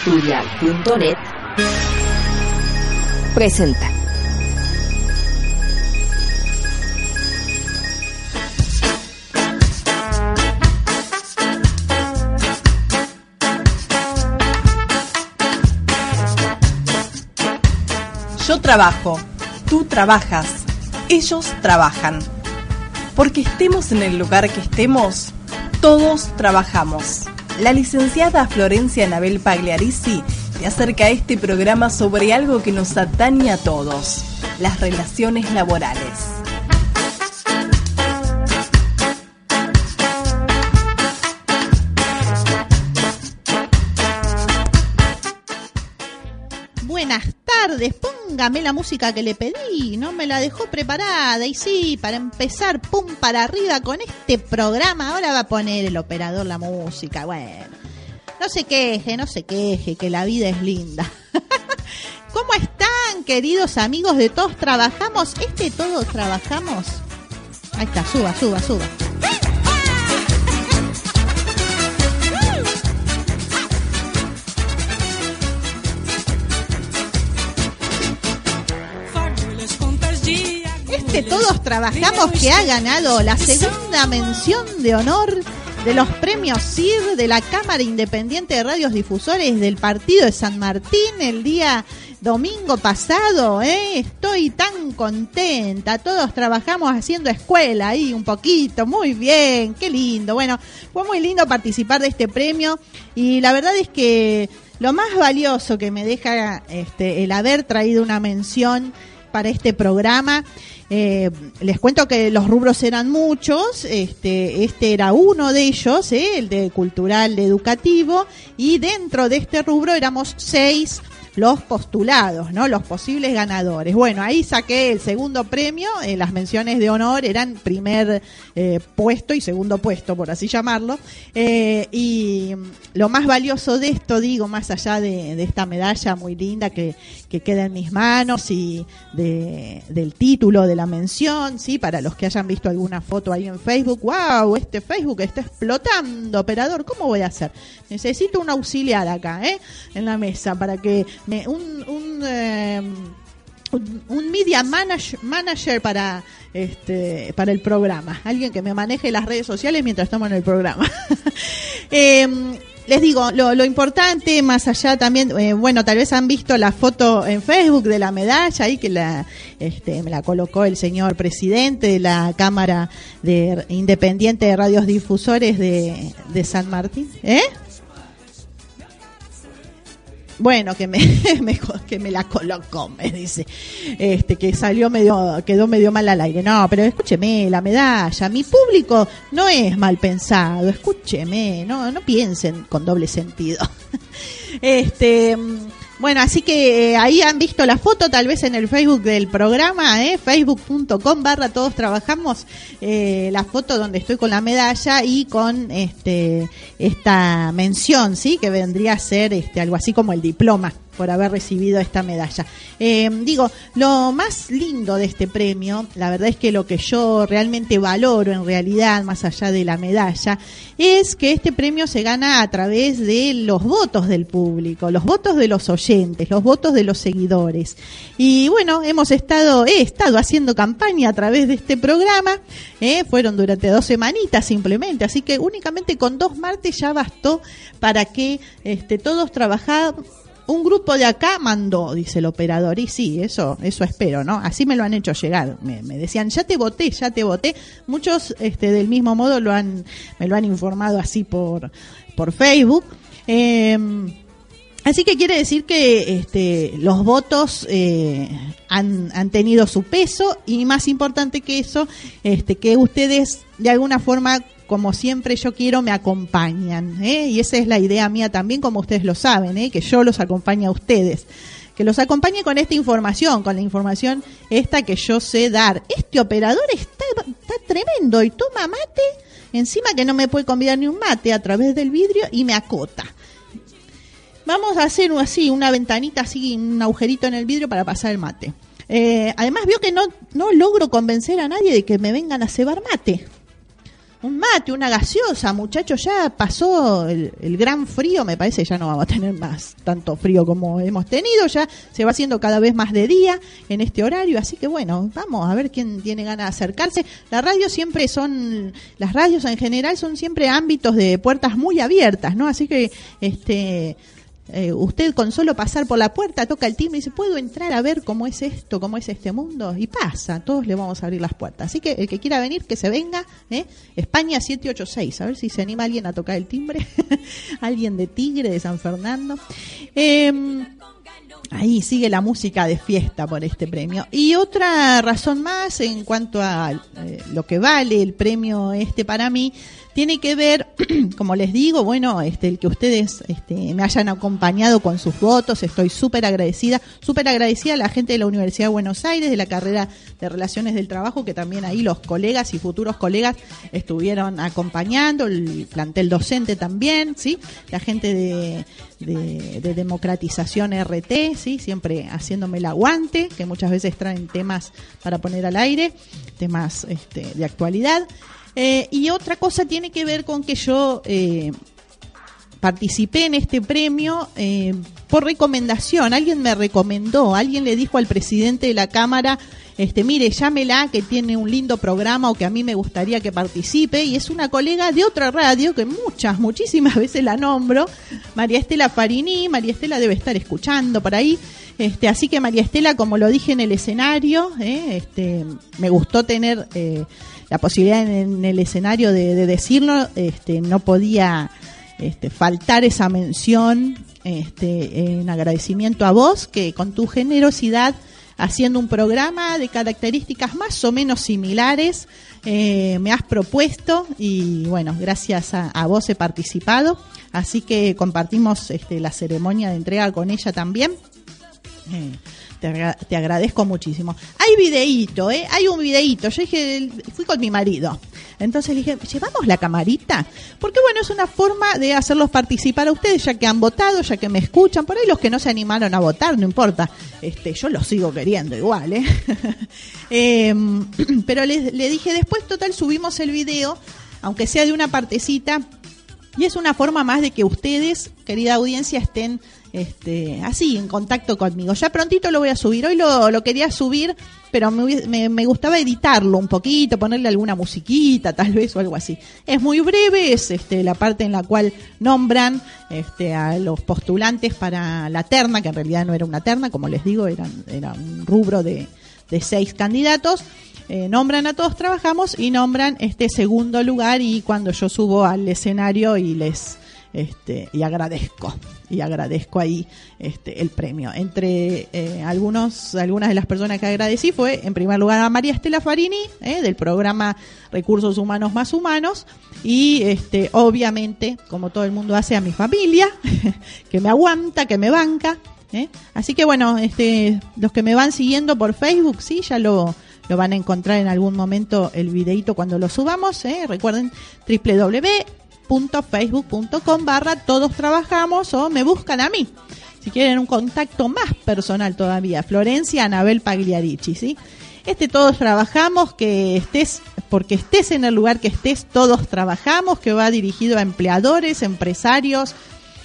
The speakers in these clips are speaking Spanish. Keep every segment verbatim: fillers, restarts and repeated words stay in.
editorial punto net presenta. Yo trabajo, tú trabajas, ellos trabajan. Porque estemos en el lugar que estemos, todos trabajamos. La licenciada Florencia Anabel Pagliarisi te acerca a este programa sobre algo que nos atañe a todos, las relaciones laborales. Buenas tardes, póngame la música que le pedí, no me la dejó preparada. Y sí, para empezar, pum, para arriba con este programa. Ahora va a poner el operador la música. Bueno, no se queje, no se queje, que la vida es linda. ¿Cómo están, queridos amigos de Todos Trabajamos? Este Todos Trabajamos. Ahí está, suba, suba, suba. Que Todos Trabajamos, que ha ganado la segunda mención de honor de los premios C I R de la Cámara Independiente de Radios Difusores del Partido de San Martín el día domingo pasado, ¿eh? Estoy tan contenta. Todos trabajamos haciendo escuela ahí un poquito, muy bien, qué lindo. Bueno, fue muy lindo participar de este premio y la verdad es que lo más valioso que me deja este, el haber traído una mención para este programa. Eh, les cuento que los rubros eran muchos, este, este era uno de ellos, eh, el de cultural, de educativo, y dentro de este rubro éramos seis los postulados, ¿no? Los posibles ganadores. Bueno, ahí saqué el segundo premio, eh, las menciones de honor eran primer eh, puesto y segundo puesto, por así llamarlo, eh, y lo más valioso de esto, digo, más allá de, de esta medalla muy linda que, que queda en mis manos y de, del título de la mención, ¿sí? Para los que hayan visto alguna foto ahí en Facebook, wow, este Facebook está explotando, operador, ¿cómo voy a hacer? Necesito un auxiliar acá, ¿eh? En la mesa para que me, un, un, eh, un, un media manager, manager para este para el programa, alguien que me maneje las redes sociales mientras estamos en el programa. eh, Les digo, lo, lo importante, más allá también, eh, bueno, tal vez han visto la foto en Facebook de la medalla ahí que la, este, me la colocó el señor presidente de la Cámara de Independiente de Radios Difusores de, de San Martín, ¿eh? Bueno, que me, me que me la colocó, me dice, este, que salió medio, quedó medio mal al aire. No, pero escúcheme, la medalla, mi público no es mal pensado, escúcheme, no, no piensen con doble sentido. Este, bueno, así que eh, ahí han visto la foto, tal vez en el Facebook del programa, eh, facebook punto com barra Todos Trabajamos, eh, la foto donde estoy con la medalla y con este esta mención, sí, que vendría a ser este algo así como el diploma por haber recibido esta medalla. Eh, digo, lo más lindo de este premio, la verdad es que lo que yo realmente valoro en realidad, más allá de la medalla, es que este premio se gana a través de los votos del público, los votos de los oyentes, los votos de los seguidores. Y bueno, hemos estado, he estado haciendo campaña a través de este programa, eh, fueron durante dos semanitas simplemente, así que únicamente con dos martes ya bastó para que este, todos trabajáramos. Un grupo de acá mandó, dice el operador, y sí, eso eso espero, ¿no? Así me lo han hecho llegar, me, me decían, ya te voté, ya te voté. Muchos este del mismo modo lo han me lo han informado así por por Facebook. Eh, así que quiere decir que este los votos eh, han han tenido su peso y más importante que eso, este que ustedes de alguna forma, como siempre yo quiero, me acompañan, ¿eh? Y esa es la idea mía también, como ustedes lo saben, ¿eh? Que yo los acompañe a ustedes, que los acompañe con esta información, con la información esta que yo sé dar. Este operador está, está tremendo y toma mate, encima que no me puede convidar ni un mate a través del vidrio y me acota. Vamos a hacer así, una ventanita así, un agujerito en el vidrio para pasar el mate. Eh, además veo que no, no logro convencer a nadie de que me vengan a cebar mate. un mate, una gaseosa, muchachos, ya pasó el, el gran frío, me parece, ya no vamos a tener más tanto frío como hemos tenido, ya se va haciendo cada vez más de día en este horario, así que bueno, vamos a ver quién tiene ganas de acercarse. La radio siempre son, las radios en general son siempre ámbitos de puertas muy abiertas, ¿no? Así que, este... Eh, usted con solo pasar por la puerta toca el timbre y dice, ¿puedo entrar a ver cómo es esto, cómo es este mundo? Y pasa, todos le vamos a abrir las puertas. Así que el que quiera venir, que se venga. ¿eh? España siete ocho seis, a ver si se anima alguien a tocar el timbre. Alguien de Tigre, de San Fernando. Eh, ahí sigue la música de fiesta por este premio. Y otra razón más en cuanto a eh, lo que vale el premio este para mí, tiene que ver, como les digo, bueno, este, el que ustedes este, me hayan acompañado con sus votos, estoy súper agradecida, súper agradecida a la gente de la Universidad de Buenos Aires, de la carrera de Relaciones del Trabajo, que también ahí los colegas y futuros colegas estuvieron acompañando, el plantel docente también, ¿sí? La gente de, de, de Democratización R T, ¿sí? Siempre haciéndome el aguante, que muchas veces traen temas para poner al aire, temas este, de actualidad. Eh, y otra cosa tiene que ver con que yo eh, participé en este premio eh, por recomendación. Alguien me recomendó, alguien le dijo al presidente de la Cámara, este, mire, llámela que tiene un lindo programa o que a mí me gustaría que participe, y es una colega de otra radio que muchas, muchísimas veces la nombro, María Estela Farini. María Estela debe estar escuchando por ahí. Este, así que María Estela, como lo dije en el escenario, eh, este, me gustó tener eh, la posibilidad en, en el escenario de, de decirlo, este, no podía este, faltar esa mención este, en agradecimiento a vos, que con tu generosidad, haciendo un programa de características más o menos similares, eh, me has propuesto, y bueno, gracias a, a vos he participado, así que compartimos este, la ceremonia de entrega con ella también. Eh, te, agra- te agradezco muchísimo. Hay videíto, ¿eh? Hay un videíto. Yo dije, fui con mi marido. Entonces le dije, ¿llevamos la camarita? Porque bueno, es una forma de hacerlos participar a ustedes, ya que han votado, ya que me escuchan. Por ahí los que no se animaron a votar, no importa. Este, yo los sigo queriendo igual, ¿eh? eh pero le, le dije, después, total, subimos el video, aunque sea de una partecita. Y es una forma más de que ustedes, querida audiencia, estén este, así, en contacto conmigo. Ya prontito lo voy a subir. Hoy lo, lo quería subir, pero me, me, me gustaba editarlo un poquito, ponerle alguna musiquita, tal vez, o algo así. Es muy breve, es este, la parte en la cual nombran este, a los postulantes para la terna, que en realidad no era una terna, como les digo, eran, era un rubro de, de seis candidatos. Eh, nombran a Todos Trabajamos y nombran este segundo lugar, y cuando yo subo al escenario y les este y agradezco y agradezco ahí este el premio. Entre eh, algunos algunas de las personas que agradecí fue, en primer lugar, a María Estela Farini, eh, del programa Recursos Humanos Más Humanos, y este obviamente, como todo el mundo hace, a mi familia que me aguanta, que me banca, eh. Así que bueno, este los que me van siguiendo por Facebook, sí, ya lo Lo van a encontrar en algún momento el videito cuando lo subamos, ¿eh? Recuerden, doble u doble u doble u punto facebook punto com barra Todos Trabajamos, o me buscan a mí. Si quieren un contacto más personal todavía, Florencia Anabel Pagliarici, ¿sí? Este Todos Trabajamos, que estés, porque estés en el lugar que estés, Todos Trabajamos, que va dirigido a empleadores, empresarios,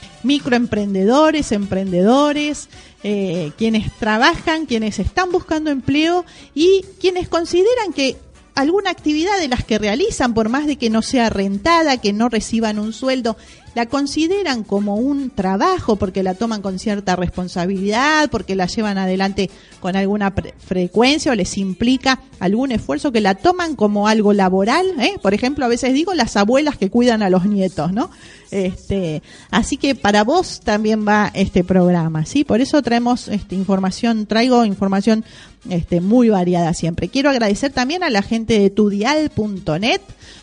microemprendedores, emprendedores, eh, quienes trabajan, quienes están buscando empleo y quienes consideran que alguna actividad de las que realizan, por más de que no sea rentada, que no reciban un sueldo, la consideran como un trabajo porque la toman con cierta responsabilidad, porque la llevan adelante con alguna pre- frecuencia o les implica algún esfuerzo, que la toman como algo laboral, ¿eh? Por ejemplo, a veces digo las abuelas que cuidan a los nietos, ¿no? Este, así que para vos también va este programa, ¿sí? Por eso traemos este, información, traigo información este, muy variada siempre. Quiero agradecer también a la gente de tudial punto net,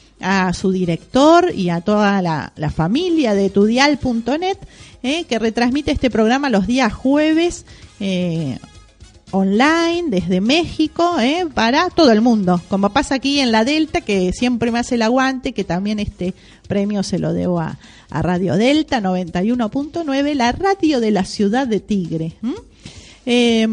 a su director y a toda la, la familia de tudial punto net, eh, que retransmite este programa los días jueves eh, online desde México, eh, para todo el mundo, como pasa aquí en la Delta, que siempre me hace el aguante, que también este premio se lo debo a, a Radio Delta noventa y uno punto nueve, la radio de la ciudad de Tigre. ¿Mm? Eh,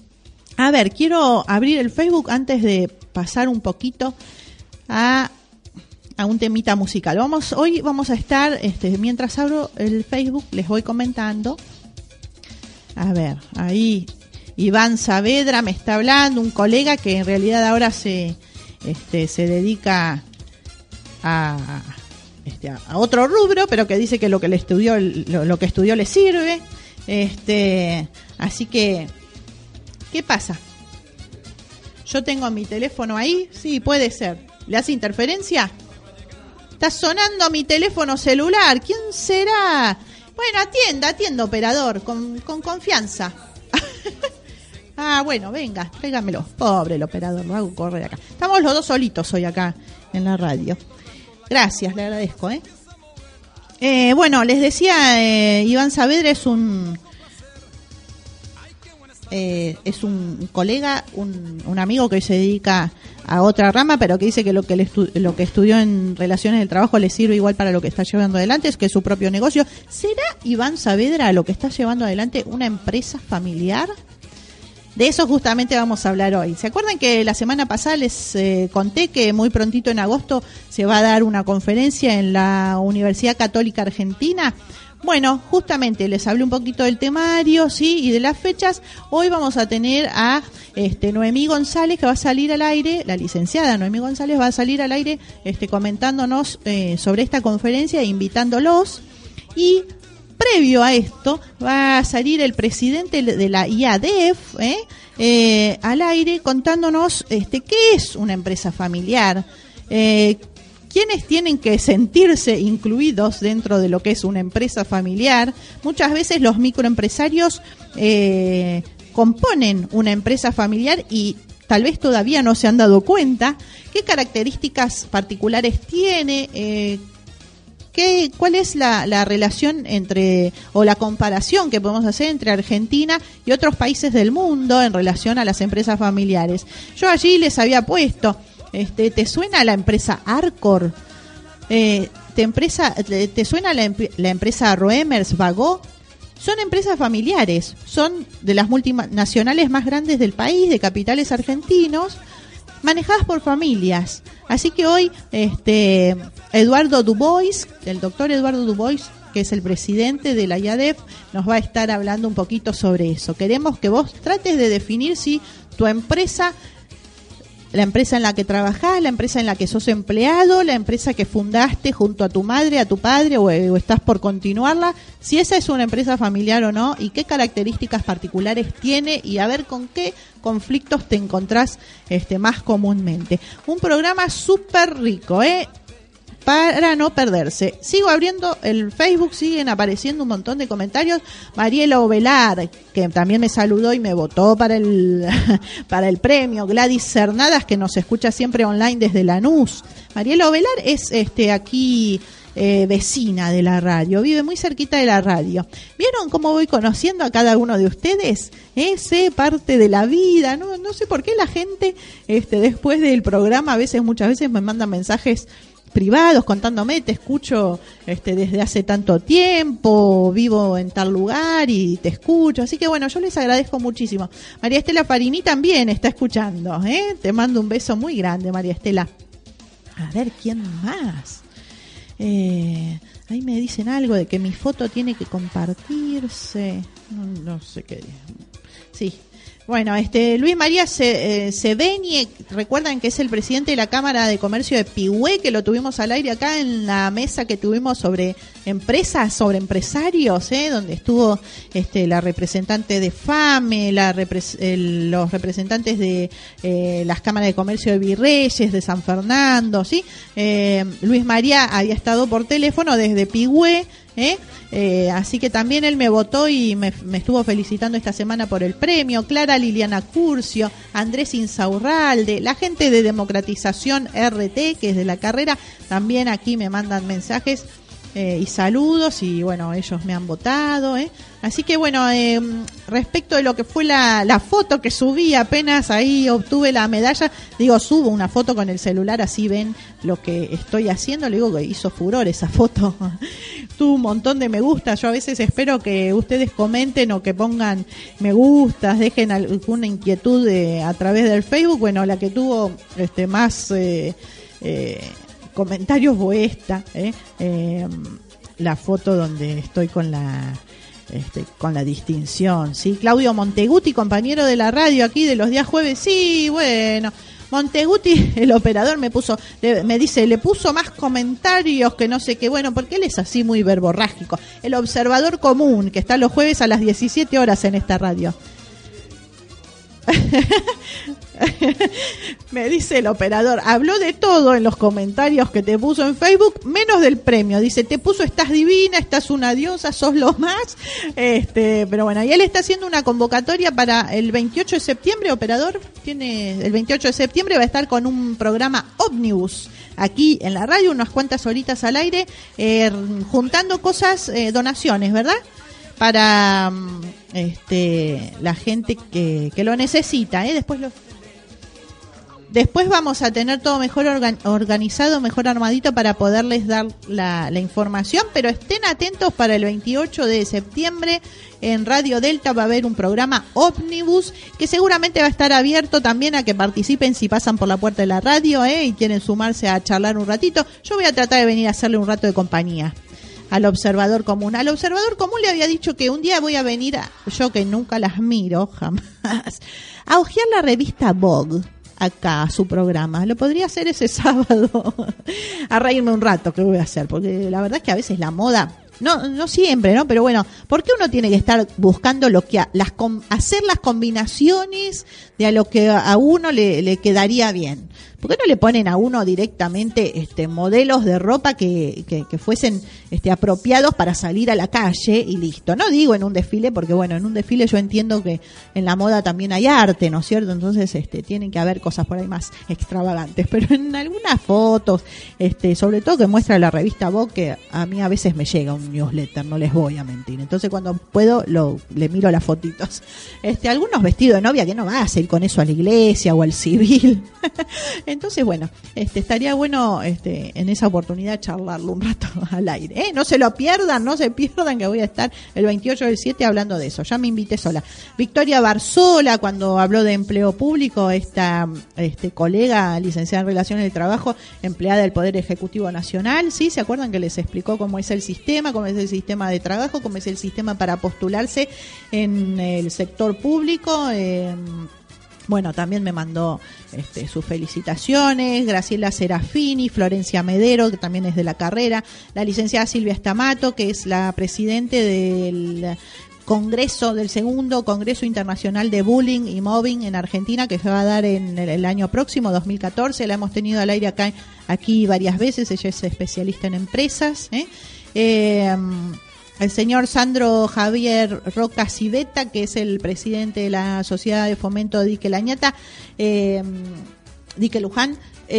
a ver, quiero abrir el Facebook antes de pasar un poquito a a un temita musical. Vamos, hoy vamos a estar, este, mientras abro el Facebook, les voy comentando. A ver, ahí Iván Saavedra me está hablando, un colega que en realidad ahora se, este, se dedica a, este, a otro rubro, pero que dice que lo que le estudió, lo, lo que estudió le sirve. Este, así que, ¿qué pasa? Yo tengo mi teléfono ahí, sí, puede ser. ¿Le hace interferencia? Está sonando mi teléfono celular. ¿Quién será? Bueno, atienda, atienda, operador, con, con confianza. Ah, bueno, venga, tráigamelo. Pobre el operador, lo hago correr acá. Estamos los dos solitos hoy acá en la radio. Gracias, le agradezco, ¿eh? Eh, bueno, les decía, eh, Iván Saavedra es un... Eh, es un colega, un, un amigo que se dedica a otra rama, pero que dice que lo que le estu- lo que estudió en relaciones del trabajo le sirve igual para lo que está llevando adelante, es que es su propio negocio. ¿Será Iván Saavedra lo que está llevando adelante una empresa familiar? De eso justamente vamos a hablar hoy. ¿Se acuerdan que la semana pasada les eh, conté que muy prontito en agosto se va a dar una conferencia en la Universidad Católica Argentina? Bueno, justamente les hablé un poquito del temario, sí, y de las fechas. Hoy vamos a tener a este Noemí González, que va a salir al aire, la licenciada Noemí González va a salir al aire este comentándonos eh, sobre esta conferencia e invitándolos. Y previo a esto va a salir el presidente de la I A D E F ¿eh? Eh, al aire contándonos este qué es una empresa familiar, eh, quiénes tienen que sentirse incluidos dentro de lo que es una empresa familiar. Muchas veces los microempresarios eh, componen una empresa familiar y tal vez todavía no se han dado cuenta qué características particulares tiene, eh, qué, cuál es la, la relación entre o la comparación que podemos hacer entre Argentina y otros países del mundo en relación a las empresas familiares. Yo allí les había puesto... Este, ¿te suena la empresa Arcor? Eh, ¿te, empresa, te, ¿Te suena la, la empresa Roemers, Vagó? Son empresas familiares, son de las multinacionales más grandes del país, de capitales argentinos, manejadas por familias. Así que hoy este, Eduardo Dubois, el doctor Eduardo Dubois, que es el presidente de la I A D E F, nos va a estar hablando un poquito sobre eso. Queremos que vos trates de definir si tu empresa... la empresa en la que trabajás, la empresa en la que sos empleado, la empresa que fundaste junto a tu madre, a tu padre o, o estás por continuarla, si esa es una empresa familiar o no y qué características particulares tiene y a ver con qué conflictos te encontrás este, más comúnmente. Un programa súper rico, ¿eh? Para no perderse. Sigo abriendo el Facebook, siguen apareciendo un montón de comentarios. Mariela Ovelar, que también me saludó y me votó para el para el premio. Gladys Cernadas, que nos escucha siempre online desde Lanús. Mariela Ovelar es este aquí eh, vecina de la radio, vive muy cerquita de la radio. ¿Vieron cómo voy conociendo a cada uno de ustedes? Eh, sé parte de la vida. No, no sé por qué la gente este después del programa a veces, muchas veces me mandan mensajes privados contándome, te escucho este desde hace tanto tiempo, vivo en tal lugar y te escucho, así que bueno, yo les agradezco muchísimo. María Estela Farini también está escuchando, ¿eh? Te mando un beso muy grande, María Estela. A ver, ¿quién más? Eh, ahí me dicen algo de que mi foto tiene que compartirse, no, no sé qué. Sí. Bueno, este Luis María Sebeñe, recuerdan que es el presidente de la Cámara de Comercio de Pigüé, que lo tuvimos al aire acá en la mesa que tuvimos sobre empresas, sobre empresarios, ¿eh? Donde estuvo este la representante de FAME, la repres- el, los representantes de eh, las Cámaras de Comercio de Virreyes, de San Fernando, ¿sí? Eh, Luis María había estado por teléfono desde Pigüé, ¿eh? Eh, así que también él me votó y me, me estuvo felicitando esta semana por el premio. Clara Liliana Curcio, Andrés Insaurralde, la gente de Democratización R T, que es de la carrera, también aquí me mandan mensajes eh, y saludos y bueno, ellos me han votado, ¿eh? Así que bueno, eh, respecto de lo que fue la, la foto que subí, apenas ahí obtuve la medalla, digo, subo una foto con el celular, así ven lo que estoy haciendo, le digo que hizo furor esa foto, tuvo un montón de me gusta, yo a veces espero que ustedes comenten o que pongan me gustas, dejen alguna inquietud de, a través del Facebook, bueno, la que tuvo este más... Eh, eh, comentarios fue esta, ¿eh? Eh, la foto donde estoy con la este, con la distinción, ¿sí? Claudio Monteguti, compañero de la radio aquí de los días jueves, sí, bueno, Monteguti, el operador, me puso, le, me dice, le puso más comentarios que no sé qué, bueno, porque él es así muy verborrágico. El observador común, que está los jueves a las diecisiete horas en esta radio. Me dice el operador, habló de todo en los comentarios que te puso en Facebook, menos del premio. Dice, te puso, estás divina, estás una diosa, sos lo más. Este, pero bueno, y él está haciendo una convocatoria para el veintiocho de septiembre, operador, tiene el veintiocho de septiembre va a estar con un programa ómnibus aquí en la radio, unas cuantas horitas al aire, eh, juntando cosas, eh, donaciones, ¿verdad? Para este la gente que, que lo necesita, ¿eh? Después lo Después vamos a tener todo mejor organ, organizado, mejor armadito para poderles dar la, la información, pero estén atentos para el veintiocho de septiembre en Radio Delta va a haber un programa ómnibus que seguramente va a estar abierto también a que participen si pasan por la puerta de la radio, ¿eh? Y quieren sumarse a charlar un ratito. Yo voy a tratar de venir a hacerle un rato de compañía al observador común. Al observador común le había dicho que un día voy a venir, a, yo que nunca las miro jamás, a hojear la revista Vogue acá a su programa. Lo podría hacer ese sábado a reírme un rato, que voy a hacer, porque la verdad es que a veces la moda, no no siempre, ¿no? Pero bueno, ¿por qué uno tiene que estar buscando lo que a, las hacer las combinaciones de a lo que a uno le, le quedaría bien? ¿Por qué no le ponen a uno directamente este modelos de ropa que, que, que fuesen este apropiados para salir a la calle y listo? No digo en un desfile, porque bueno, en un desfile yo entiendo que en la moda también hay arte, ¿no es cierto? Entonces este tienen que haber cosas por ahí más extravagantes, pero en algunas fotos, este sobre todo que muestra la revista Vogue, que a mí a veces me llega un newsletter, no les voy a mentir. Entonces cuando puedo lo le miro las fotitos. Este algunos vestidos de novia que no vas a ir con eso a la iglesia o al civil. Entonces, bueno, este estaría bueno este en esa oportunidad charlarlo un rato al aire. ¿eh? No se lo pierdan, no se pierdan que voy a estar el veintiocho del siete hablando de eso. Ya me invité sola. Victoria Barzola, cuando habló de empleo público, esta este colega licenciada en Relaciones del Trabajo, empleada del Poder Ejecutivo Nacional, ¿sí? ¿Se acuerdan que les explicó cómo es el sistema, cómo es el sistema de trabajo, cómo es el sistema para postularse en el sector público? Eh, Bueno, también me mandó este, sus felicitaciones, Graciela Serafini, Florencia Medero, que también es de la carrera, la licenciada Silvia Stamato, que es la presidente del Congreso, del segundo Congreso Internacional de Bullying y Mobbing en Argentina, que se va a dar en el, el año próximo, dos mil catorce, la hemos tenido al aire acá aquí varias veces, ella es especialista en empresas, ¿eh? Eh, El señor Sandro Javier Roca Civeta, que es el presidente de la Sociedad de Fomento de Dique Lañata, eh, Dique Luján,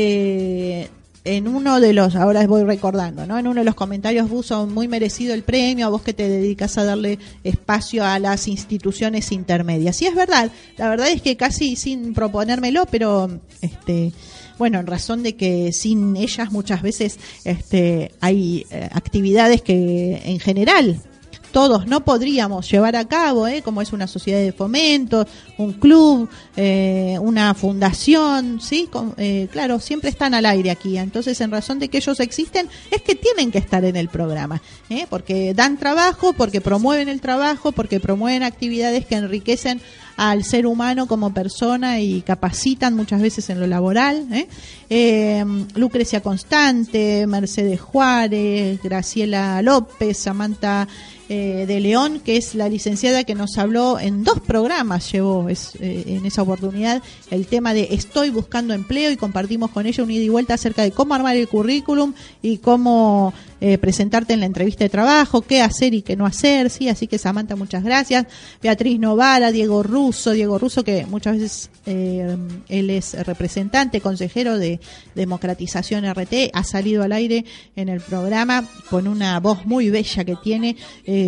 eh, en uno de los, ahora voy recordando, ¿no? En uno de los comentarios puso muy merecido el premio, a vos que te dedicas a darle espacio a las instituciones intermedias. Y es verdad, la verdad es que casi sin proponérmelo, pero este bueno, en razón de que sin ellas muchas veces este hay eh, actividades que en general todos no podríamos llevar a cabo, ¿eh? Como es una sociedad de fomento, un club, eh, una fundación, ¿sí? Con, eh, claro, siempre están al aire aquí. Entonces, en razón de que ellos existen, es que tienen que estar en el programa, ¿eh? Porque dan trabajo, porque promueven el trabajo, porque promueven actividades que enriquecen al ser humano como persona y capacitan muchas veces en lo laboral, ¿eh? Eh, Lucrecia Constante, Mercedes Juárez, Graciela López, Samantha eh, de León, que es la licenciada que nos habló en dos programas, llevó es, eh, en esa oportunidad el tema de estoy buscando empleo, y compartimos con ella un ida y vuelta acerca de cómo armar el currículum y cómo eh, presentarte en la entrevista de trabajo, qué hacer y qué no hacer, sí, así que Samantha, muchas gracias. Beatriz Novara, Diego Russo, Diego Russo que muchas veces eh, él es representante, consejero de Democratización R T, ha salido al aire en el programa con una voz muy bella que tiene, eh,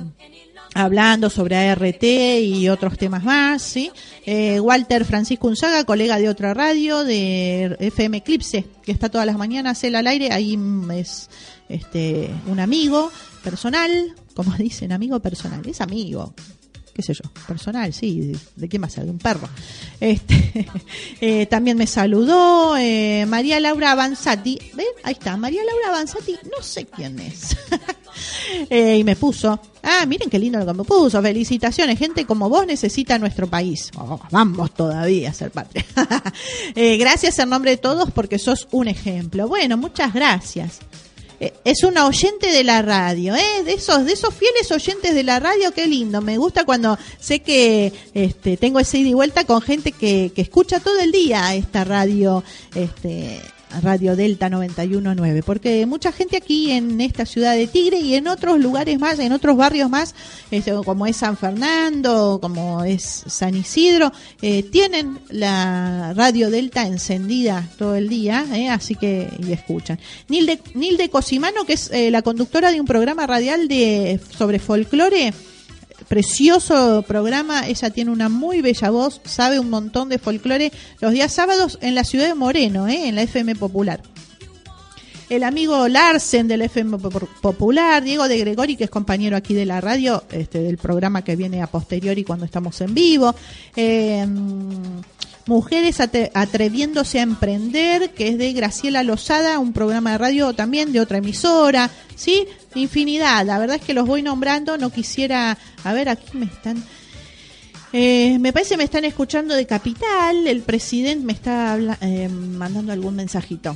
hablando sobre A R T y otros temas más, ¿sí? Eh, Walter Francisco Unzaga, colega de otra radio, de F M Eclipse, que está todas las mañanas él al aire, ahí es este un amigo personal, como dicen, amigo personal, es amigo. qué sé yo, personal, sí, ¿de, de quién va a ser? De un perro. Este, eh, también me saludó eh, María Laura Avanzati, ¿ven? Ahí está, María Laura Avanzati, no sé quién es. eh, y me puso, ah, miren qué lindo lo que me puso, felicitaciones, gente como vos necesita nuestro país. Oh, vamos todavía a ser patria. eh, gracias en nombre de todos porque sos un ejemplo. Bueno, muchas gracias. Es una oyente de la radio, ¿eh? De esos, de esos fieles oyentes de la radio, qué lindo. Me gusta cuando sé que este, tengo ese ida y vuelta con gente que, que escucha todo el día esta radio, este, Radio Delta noventa y uno punto nueve, porque mucha gente aquí en esta ciudad de Tigre y en otros lugares más, en otros barrios más, este, como es San Fernando, como es San Isidro, eh, tienen la Radio Delta encendida todo el día, eh, así que y escuchan. Nilde, Nilde Cosimano, que es eh, la conductora de un programa radial de sobre folclore, precioso programa, ella tiene una muy bella voz, sabe un montón de folclore, los días sábados en la ciudad de Moreno, ¿eh? En la F M Popular. El amigo Larsen de la F M Popular, Diego de Gregori, que es compañero aquí de la radio, este, del programa que viene a posteriori cuando estamos en vivo. Eh, Mujeres Atreviéndose a Emprender, que es de Graciela Lozada, un programa de radio también de otra emisora, ¿sí? Infinidad, la verdad es que los voy nombrando, no quisiera, a ver, aquí me están, eh, me parece me están escuchando de Capital, el presidente me está habla, eh, mandando algún mensajito.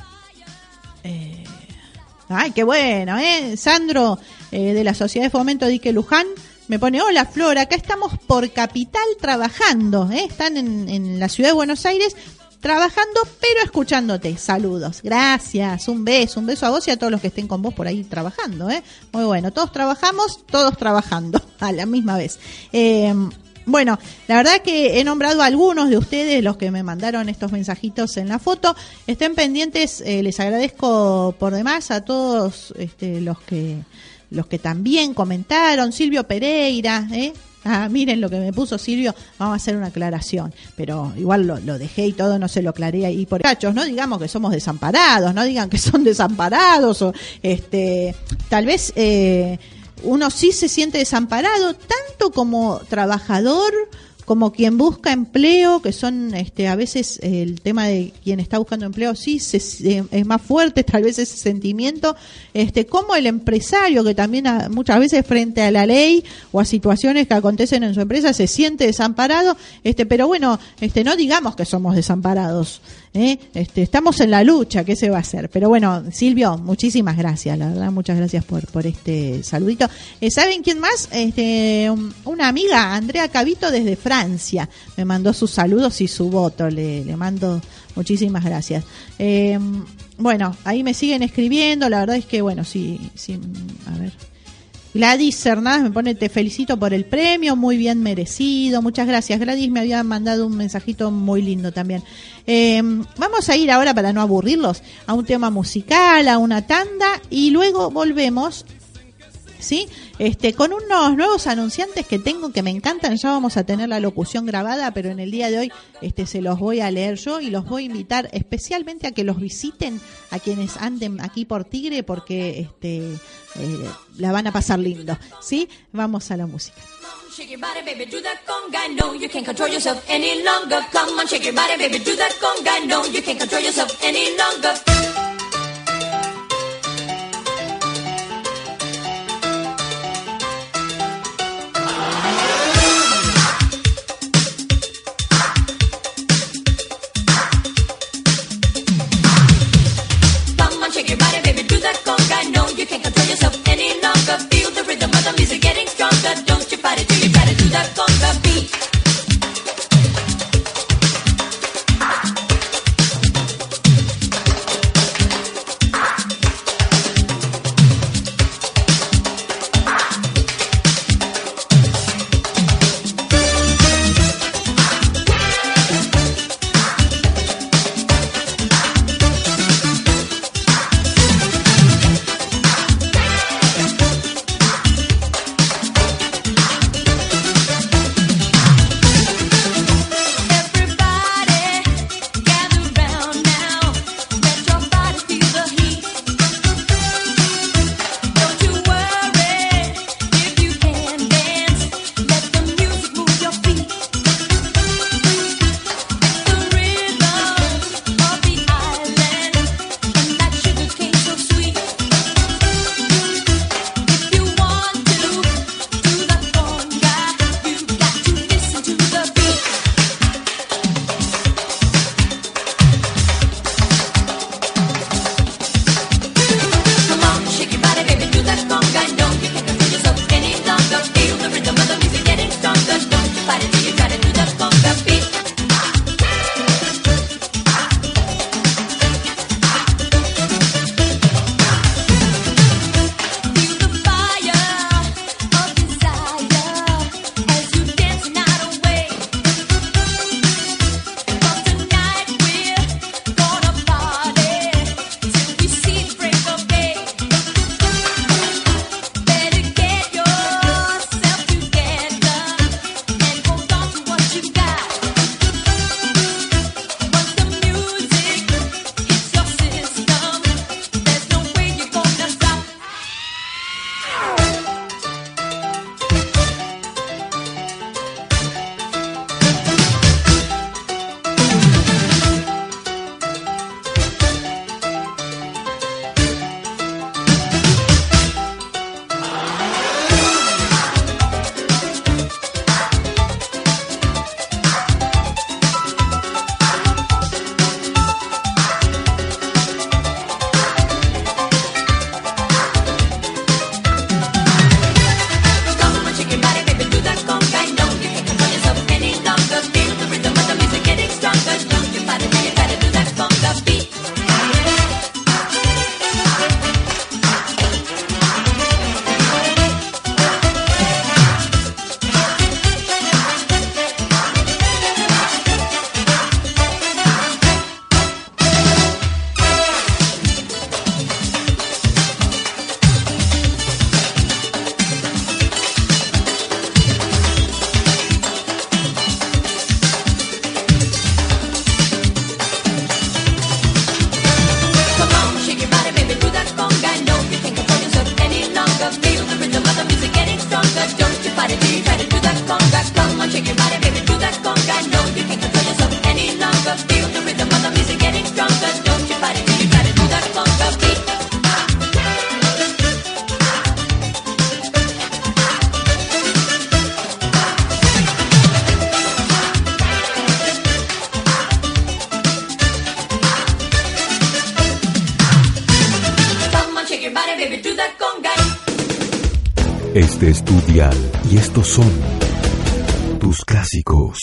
Eh, ay, qué bueno, ¿eh? Sandro, eh, de la Sociedad de Fomento Dique Luján, me pone, hola Flor, acá estamos por Capital trabajando, ¿eh? Están en, en la ciudad de Buenos Aires trabajando, pero escuchándote. Saludos, gracias, un beso, un beso a vos y a todos los que estén con vos por ahí trabajando, ¿eh? Muy bueno, todos trabajamos, todos trabajando a la misma vez. Eh, bueno, la verdad que he nombrado a algunos de ustedes, los que me mandaron estos mensajitos en la foto. Estén pendientes, eh, les agradezco por demás a todos este, los que... los que también comentaron, Silvio Pereira, ¿eh? Ah, miren lo que me puso Silvio, vamos a hacer una aclaración, pero igual lo, lo dejé y todo, no se lo aclaré ahí por cachos, no digamos que somos desamparados, no digan que son desamparados, o este, tal vez eh, uno sí se siente desamparado, tanto como trabajador, como quien busca empleo, que son este a veces eh, el tema de quien está buscando empleo sí se, eh, es más fuerte tal vez ese sentimiento, este como el empresario que también a, muchas veces frente a la ley o a situaciones que acontecen en su empresa se siente desamparado, este pero bueno, este no digamos que somos desamparados, ¿eh? Este estamos en la lucha, ¿qué se va a hacer? Pero bueno, Silvio, muchísimas gracias, la verdad, muchas gracias por por este saludito. Eh, ¿Saben quién más? Este una amiga, Andrea Cavito desde Francia. Francia, me mandó sus saludos y su voto, le, le mando muchísimas gracias. Eh, bueno, ahí me siguen escribiendo, la verdad es que bueno, sí, sí, a ver. Gladys Hernández me pone, te felicito por el premio, muy bien merecido, muchas gracias. Gladys me había mandado un mensajito muy lindo también. Eh, vamos a ir ahora, para no aburrirlos, a un tema musical, a una tanda y luego volvemos, ¿sí? Este, con unos nuevos anunciantes que tengo que me encantan. Ya vamos a tener la locución grabada, pero en el día de hoy este se los voy a leer yo y los voy a invitar especialmente a que los visiten a quienes anden aquí por Tigre, porque este eh, la van a pasar lindo, ¿sí? Vamos a la música. Shake your body, baby, do that conga. No, you can't control yourself any longer. Come on, shake your body, baby, do that conga. No, you can't control yourself any longer. You can't control yourself any longer. Feel the rhythm of the music getting stronger. Don't you fight it till you try to do that conga beat. shake your body, baby, do that conga. No, you can't control yourself any longer. Feel the rhythm of the music getting stronger. Don't you fight it till you got it, do that conga beat. Este es tu dial y estos son tus clásicos.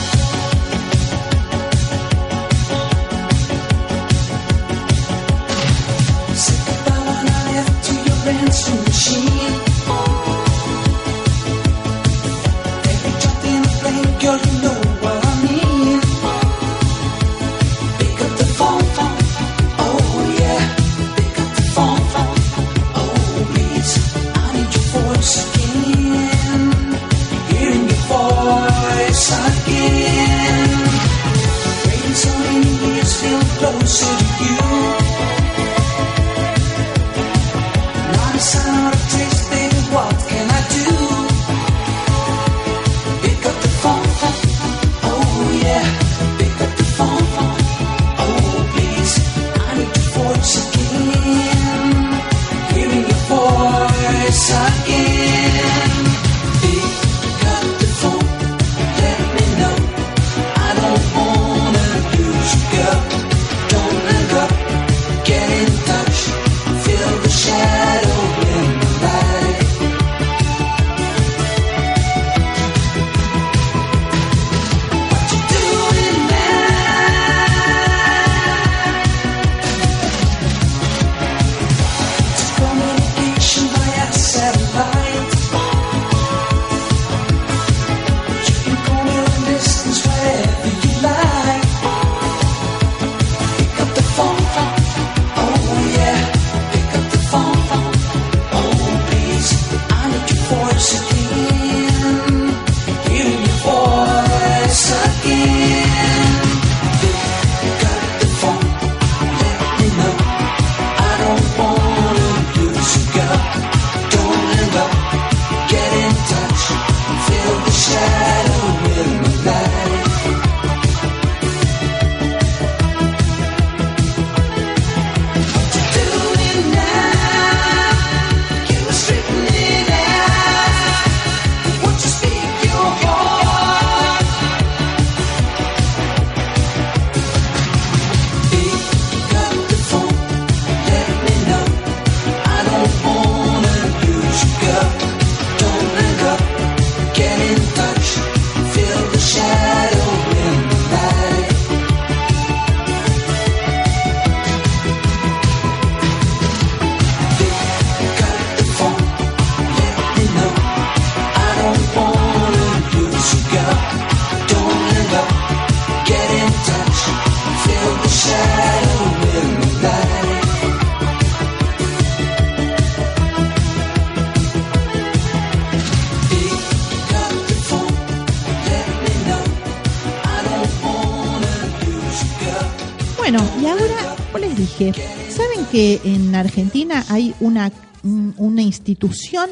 ¿Saben que en Argentina hay una, una institución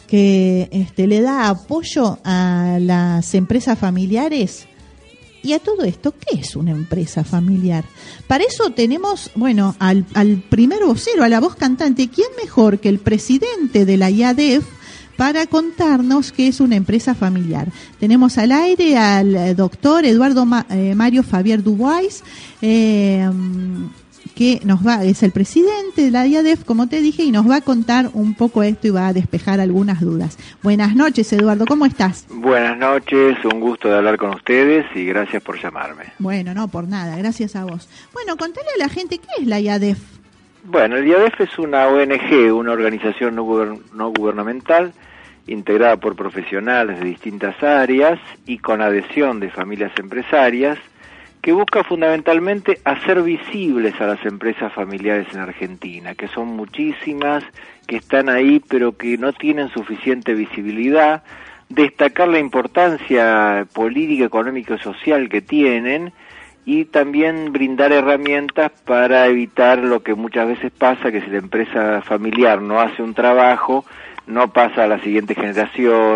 que este, le da apoyo a las empresas familiares? Y a todo esto, ¿qué es una empresa familiar? Para eso tenemos, bueno, al, al primer vocero, a la voz cantante. ¿Quién mejor que el presidente de la I A D E F para contarnos qué es una empresa familiar? Tenemos al aire al doctor Eduardo Ma, eh, Mario Fabier Dubois, eh, que nos va, es el presidente de la I A D E F, como te dije, y nos va a contar un poco esto y va a despejar algunas dudas. Buenas noches, Eduardo, ¿cómo estás? Buenas noches, un gusto de hablar con ustedes y gracias por llamarme. Bueno, no, por nada, gracias a vos. Bueno, contale a la gente qué es la I A D E F. Bueno, el I A D E F es una O N G, una organización no, guber- no gubernamental, integrada por profesionales de distintas áreas y con adhesión de familias empresarias, que busca fundamentalmente hacer visibles a las empresas familiares en Argentina, que son muchísimas, que están ahí pero que no tienen suficiente visibilidad, destacar la importancia política, económica y social que tienen y también brindar herramientas para evitar lo que muchas veces pasa, que si la empresa familiar no hace un trabajo, no pasa a la siguiente generación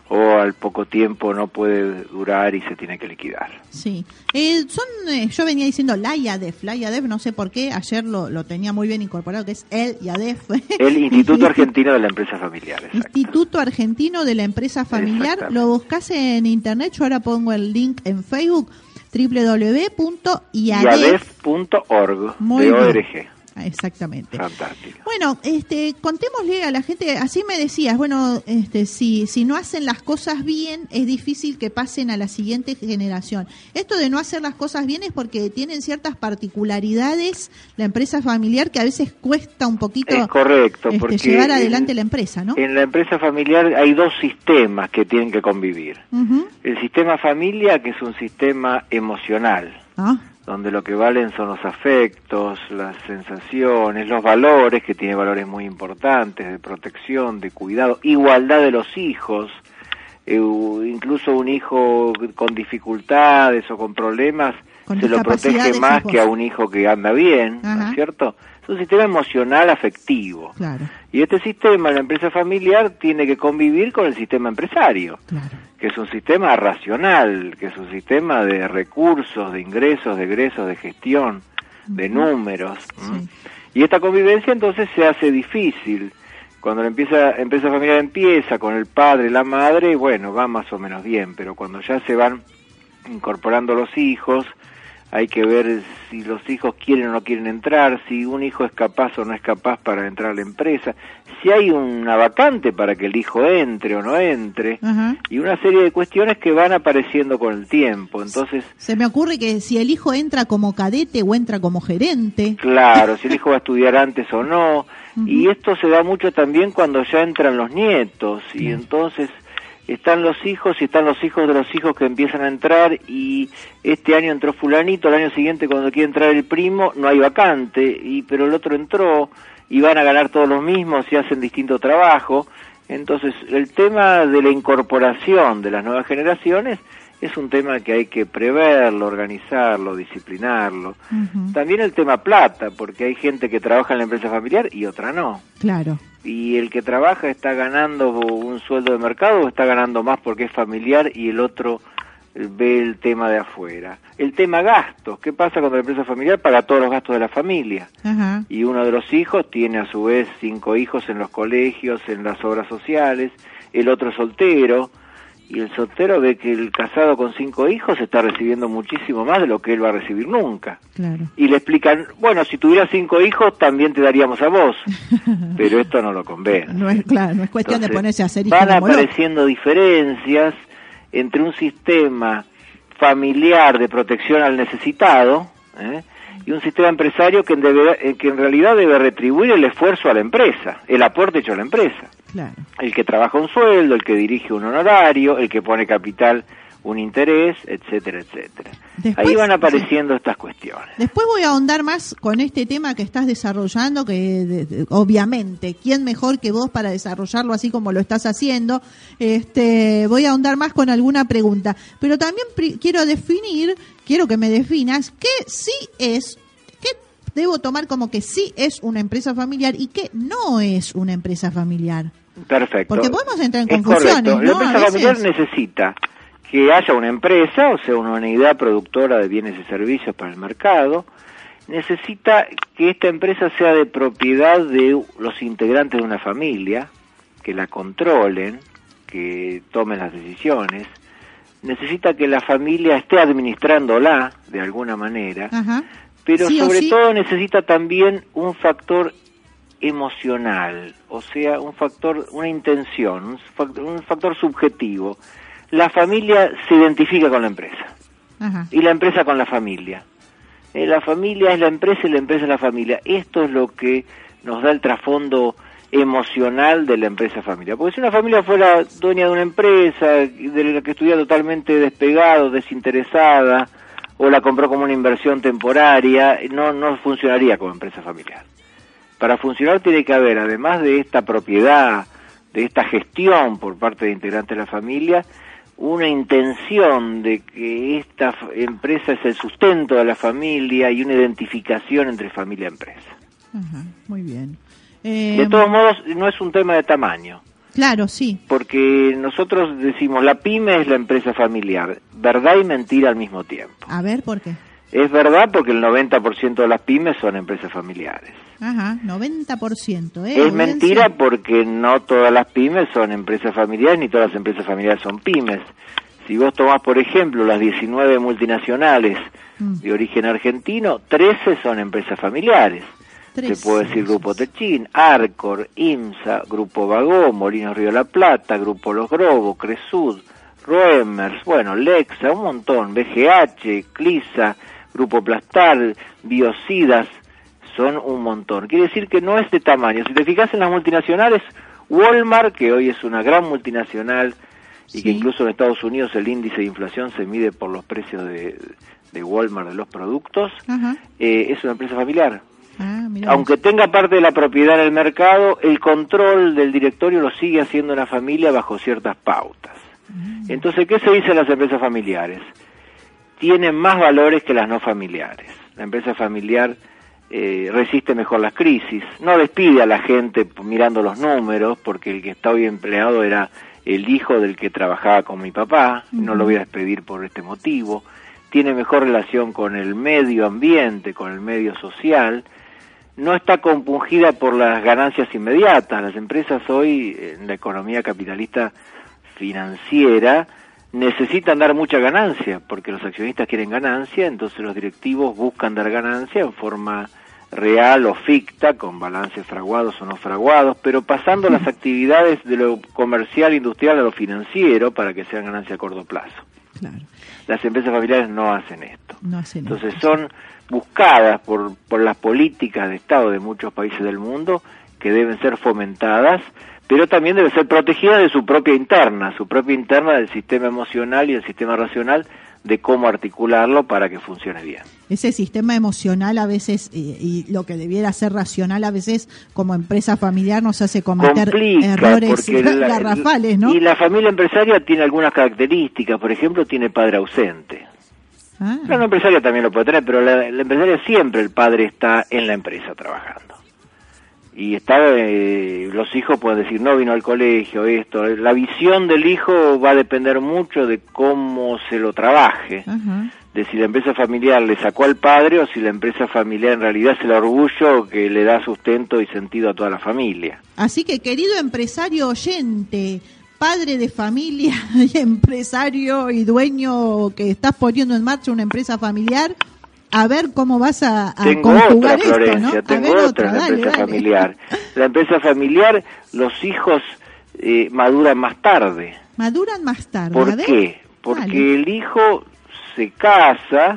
o al poco tiempo no puede durar y se tiene que liquidar. Sí. Eh, son, eh, yo venía diciendo la IADEF, la IADEF, no sé por qué, ayer lo, lo tenía muy bien incorporado, que es el IADEF. El Instituto Argentino de la Empresa Familiar. Exacto. Instituto Argentino de la Empresa Familiar. Lo buscas en internet, yo ahora pongo el link en Facebook, doble u doble u doble u punto iadef punto org. Muy de bien. O R G. Exactamente. Fantástico. Bueno, este, contémosle a la gente, así me decías, bueno, este, si, si no hacen las cosas bien, es difícil que pasen a la siguiente generación. Esto de no hacer las cosas bien es porque tienen ciertas particularidades la empresa familiar que a veces cuesta un poquito Es correcto, este, porque llevar adelante en, la empresa, ¿no? En la empresa familiar hay dos sistemas que tienen que convivir. Uh-huh. El sistema familia, que es un sistema emocional, Ah, donde lo que valen son los afectos, las sensaciones, los valores, que tiene valores muy importantes, de protección, de cuidado, igualdad de los hijos, eh, incluso un hijo con dificultades o con problemas Con se lo protege discapacidades, más hijos. que a un hijo que anda bien, ¿no Ajá. es cierto? Es un sistema emocional afectivo. claro, Y este sistema, la empresa familiar, tiene que convivir con el sistema empresario, claro. que es un sistema racional, que es un sistema de recursos, de ingresos, de egresos, de gestión, de números. Sí. Y esta convivencia entonces se hace difícil. Cuando la empieza, empresa familiar empieza con el padre, la madre, bueno, va más o menos bien, pero cuando ya se van incorporando los hijos, hay que ver si los hijos quieren o no quieren entrar, si un hijo es capaz o no es capaz para entrar a la empresa, si hay una vacante para que el hijo entre o no entre, Ajá. y una serie de cuestiones que van apareciendo con el tiempo. Entonces, Se me ocurre que si el hijo entra como cadete o entra como gerente. claro, si el hijo va a estudiar antes o no, Ujú. y esto se da mucho también cuando ya entran los nietos, y entonces están los hijos y están los hijos de los hijos que empiezan a entrar, y este año entró fulanito, el año siguiente cuando quiere entrar el primo no hay vacante, y pero el otro entró y van a ganar todos los mismos y hacen distinto trabajo. Entonces el tema de la incorporación de las nuevas generaciones es un tema que hay que preverlo, organizarlo, disciplinarlo. Ujú. También el tema plata, porque hay gente que trabaja en la empresa familiar y otra no. Claro. Y el que trabaja está ganando un sueldo de mercado o está ganando más porque es familiar y el otro ve el tema de afuera. El tema gastos, ¿qué pasa cuando la empresa familiar paga todos los gastos de la familia? Ajá. Y uno de los hijos tiene a su vez cinco hijos en los colegios, en las obras sociales, el otro es soltero, y el soltero ve que el casado con cinco hijos está recibiendo muchísimo más de lo que él va a recibir nunca. Claro. Y le explican, bueno, si tuvieras cinco hijos también te daríamos a vos, pero esto no lo convence. No es, claro, no es cuestión Entonces, de ponerse a hacer hijos van como locos. apareciendo diferencias entre un sistema familiar de protección al necesitado, ¿eh? y un sistema empresario que en, debe, eh, que en realidad debe retribuir el esfuerzo a la empresa, el aporte hecho a la empresa. Claro. El que trabaja un sueldo, el que dirige un honorario, el que pone capital, un interés, etcétera, etcétera. Después, Ahí van apareciendo estas cuestiones. Después voy a ahondar más con este tema que estás desarrollando, que de- de- obviamente, ¿quién mejor que vos para desarrollarlo así como lo estás haciendo? Este, voy a ahondar más con alguna pregunta, pero también pri- quiero definir, quiero que me definas qué sí es, qué debo tomar como que sí es una empresa familiar y qué no es una empresa familiar. Perfecto. Porque podemos entrar en Es confusiones, correcto. ¿no? La A empresa familiar veces. necesita que haya una empresa, o sea, una unidad productora de bienes y servicios para el mercado. Necesita que esta empresa sea de propiedad de los integrantes de una familia, que la controlen, que tomen las decisiones. Necesita que la familia esté administrándola de alguna manera, Ajá. pero Sí o sobre sí. todo necesita también un factor emocional, o sea, un factor, una intención, un factor, un factor subjetivo. La familia se identifica con la empresa Ajá. y la empresa con la familia. Eh, la familia es la empresa y la empresa es la familia. Esto es lo que nos da el trasfondo emocional de la empresa familiar. Porque si una familia fuera dueña de una empresa, de la que estuviera totalmente despegado, desinteresada, o la compró como una inversión temporaria, no, no funcionaría como empresa familiar. Para funcionar tiene que haber, además de esta propiedad, de esta gestión por parte de integrantes de la familia, una intención de que esta f- empresa es el sustento de la familia y una identificación entre familia y empresa. Ajá. Muy bien. Eh, De todos modos, no es un tema de tamaño. Claro, sí. Porque nosotros decimos, la pyme es la empresa familiar, verdad y mentira al mismo tiempo. A ver, ¿por qué? Es verdad porque el noventa por ciento de las pymes son empresas familiares. Ajá, noventa por ciento, ¿eh? Es Audiencia. mentira porque no todas las pymes son empresas familiares, ni todas las empresas familiares son pymes. Si vos tomás, por ejemplo, las diecinueve multinacionales mm. de origen argentino, trece son empresas familiares. Te puedo decir Grupo Techín, Arcor, IMSA, Grupo Bagó, Molinos Río de la Plata, Grupo Los Grobos, Cresud, Roemers, bueno, Lexa, un montón, B G H, Clisa, Grupo Plastar, Biocidas, son un montón. Quiere decir que no es de tamaño. Si te fijas en las multinacionales, Walmart, que hoy es una gran multinacional y sí. que incluso en Estados Unidos el índice de inflación se mide por los precios de, de Walmart de los productos, eh, es una empresa familiar. Ah, aunque tenga parte de la propiedad en el mercado, el control del directorio lo sigue haciendo una familia bajo ciertas pautas. Mm. Entonces, ¿qué se dice de las empresas familiares? Tienen más valores que las no familiares. La empresa familiar eh, resiste mejor las crisis, no despide a la gente mirando los números, porque el que está hoy empleado era el hijo del que trabajaba con mi papá, mm. no lo voy a despedir por este motivo. Tiene mejor relación con el medio ambiente, con el medio social. No está compungida por las ganancias inmediatas. Las empresas hoy, en la economía capitalista financiera, necesitan dar mucha ganancia, porque los accionistas quieren ganancia, entonces los directivos buscan dar ganancia en forma real o ficta, con balances fraguados o no fraguados, pero pasando las actividades de lo comercial, industrial a lo financiero para que sean ganancia a corto plazo. Claro. Las empresas familiares no hacen esto. No hacen entonces esto. son buscadas por, por las políticas de Estado de muchos países del mundo, que deben ser fomentadas, pero también deben ser protegidas de su propia interna, su propia interna del sistema emocional y del sistema racional, de cómo articularlo para que funcione bien. Ese sistema emocional a veces, y, y lo que debiera ser racional a veces, como empresa familiar nos hace cometer Complica, errores la, garrafales, ¿no? Y la familia empresaria tiene algunas características, por ejemplo, tiene padre ausente. Ah. La no empresaria también lo puede tener, pero la, la empresaria siempre el padre está en la empresa trabajando. Y está, eh, los hijos pueden decir, no vino al colegio, esto. La visión del hijo va a depender mucho de cómo se lo trabaje. Uh-huh. De si la empresa familiar le sacó al padre o si la empresa familiar en realidad es el orgullo que le da sustento y sentido a toda la familia. Así que, querido empresario oyente, padre de familia y empresario y dueño que estás poniendo en marcha una empresa familiar, a ver cómo vas a, a tengo conjugar otra, Florencia, esto, ¿no? Tengo otra, otra, la dale, empresa dale. familiar. La empresa familiar, los hijos eh, maduran más tarde. Maduran más tarde. ¿Por a ver, qué? Porque dale. el hijo se casa,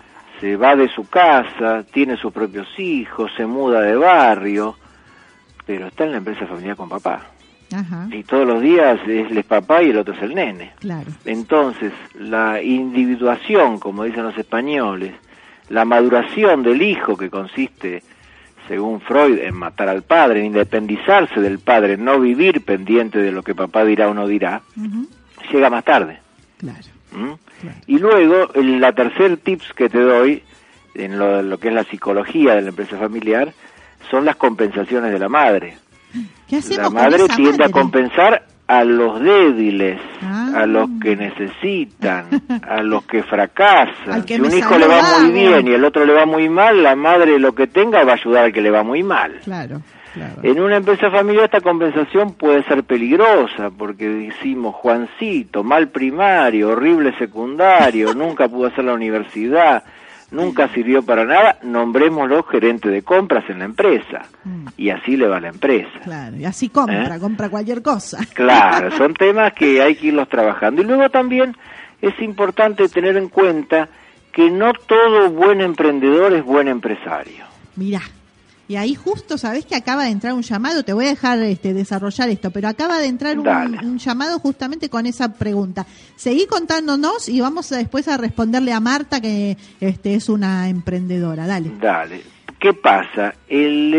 se va de su casa, tiene sus propios hijos, se muda de barrio, pero está en la empresa familiar con papá. Ajá. Y todos los días es el papá y el otro es el nene. Claro. Entonces, la individuación, como dicen los españoles, la maduración del hijo, que consiste, según Freud, en matar al padre, en independizarse del padre, no vivir pendiente de lo que papá dirá o no dirá, uh-huh. llega más tarde. Claro. ¿Mm? Claro. Y luego, el, la tercer tips que te doy, en lo, lo que es la psicología de la empresa familiar, son las compensaciones de la madre. ¿Qué hacemos la madre con esa tiende madre? a compensar a los débiles, ah. a los que necesitan, a los que fracasan. Que si un hijo le va saludamos. muy bien y el otro le va muy mal, la madre lo que tenga va a ayudar al que le va muy mal. Claro, claro. En una empresa familiar esta compensación puede ser peligrosa, porque decimos, Juancito, mal primario, horrible secundario, nunca pudo hacer la universidad, nunca sirvió para nada, nombrémoslo gerente de compras en la empresa. Mm. Y así le va a la empresa. Claro, y así compra, ¿Eh? compra cualquier cosa. Claro, son temas que hay que irlos trabajando. Y luego también es importante tener en cuenta que no todo buen emprendedor es buen empresario. Mirá, y ahí justo, ¿sabés que acaba de entrar un llamado? Te voy a dejar este, desarrollar esto, pero acaba de entrar un, un llamado justamente con esa pregunta. Seguí contándonos y vamos a, después a responderle a Marta, que este, es una emprendedora. Dale. Dale. ¿Qué pasa? El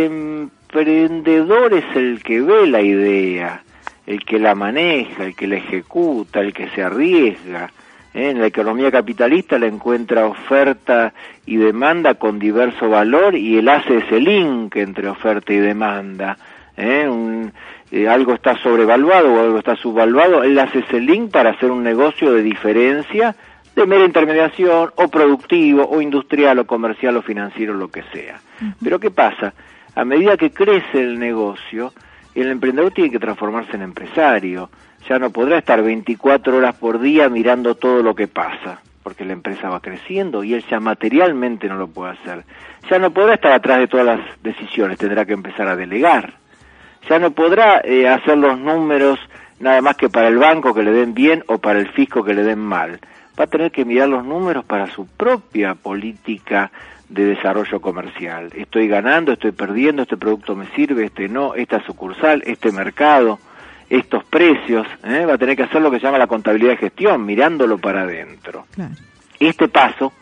emprendedor es el que ve la idea, el que la maneja, el que la ejecuta, el que se arriesga. ¿Eh? En la economía capitalista la encuentra oferta y demanda con diverso valor y él hace ese link entre oferta y demanda. ¿Eh? Un, eh, algo está sobrevaluado o algo está subvaluado, él hace ese link para hacer un negocio de diferencia, de mera intermediación, o productivo, o industrial, o comercial, o financiero, lo que sea. Uh-huh. Pero ¿qué pasa? A medida que crece el negocio, el emprendedor tiene que transformarse en empresario. Ya no podrá estar veinticuatro horas por día mirando todo lo que pasa, porque la empresa va creciendo y él ya materialmente no lo puede hacer. Ya no podrá estar atrás de todas las decisiones, tendrá que empezar a delegar. Ya no podrá eh, hacer los números nada más que para el banco que le den bien o para el fisco que le den mal. Va a tener que mirar los números para su propia política de desarrollo comercial. Estoy ganando, estoy perdiendo, este producto me sirve, este no, esta sucursal, este mercado, estos precios, ¿eh? Va a tener que hacer lo que se llama la contabilidad de gestión, mirándolo para adentro. Claro. Este paso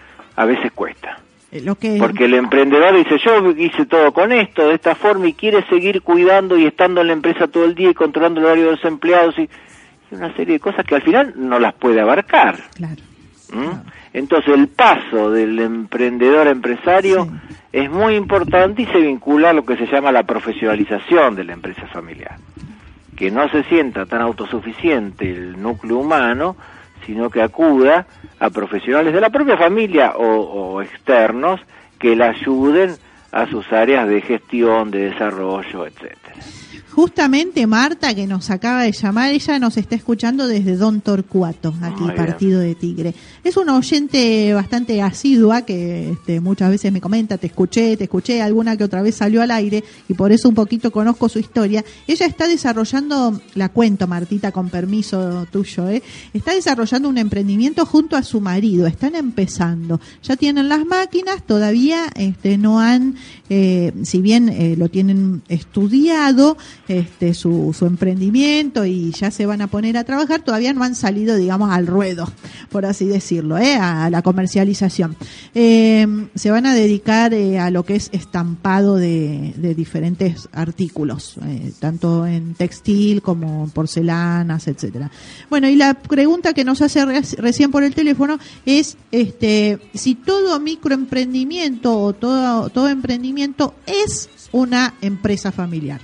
a veces cuesta. Lo que... Porque el emprendedor dice, yo hice todo con esto, de esta forma, y quiere seguir cuidando y estando en la empresa todo el día y controlando el horario de los empleados y, y una serie de cosas que al final no las puede abarcar. Claro. ¿Mm? Claro. Entonces el paso del emprendedor a empresario sí. es muy importante y se vincula a lo que se llama la profesionalización de la empresa familiar. Que no se sienta tan autosuficiente el núcleo humano, sino que acuda a profesionales de la propia familia o, o externos que la ayuden a sus áreas de gestión, de desarrollo, etcétera. Justamente Marta, que nos acaba de llamar, ella nos está escuchando desde Don Torcuato, aquí, Muy Partido bien. de Tigre. Es una oyente bastante asidua que este, muchas veces me comenta, te escuché, te escuché, alguna que otra vez salió al aire y por eso un poquito conozco su historia. Ella está desarrollando, la cuento Martita con permiso tuyo, ¿eh? está desarrollando un emprendimiento junto a su marido, están empezando. Ya tienen las máquinas, todavía este, no han, eh, si bien eh, lo tienen estudiado, este su, su emprendimiento y ya se van a poner a trabajar, todavía no han salido, digamos, al ruedo, por así decirlo, ¿eh? a la comercialización. Eh, se van a dedicar eh, a lo que es estampado de, de diferentes artículos, eh, tanto en textil como porcelanas, etcétera. Bueno, y la pregunta que nos hace re- recién por el teléfono es este si todo microemprendimiento o todo, todo emprendimiento es una empresa familiar.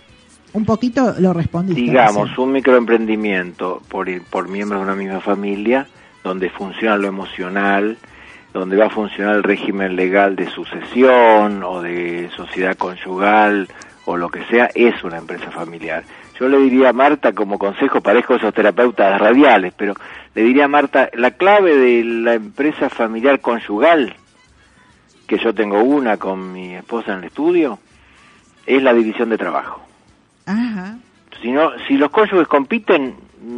Un poquito lo respondiste. Digamos, un microemprendimiento por, por miembros de una misma familia, donde funciona lo emocional, donde va a funcionar el régimen legal de sucesión o de sociedad conyugal o lo que sea, es una empresa familiar. Yo le diría a Marta, como consejo, parezco esos terapeutas radiales, pero le diría a Marta, la clave de la empresa familiar conyugal, que yo tengo una con mi esposa en el estudio, es la división de trabajo. Ajá. Si no, si los cónyuges compiten,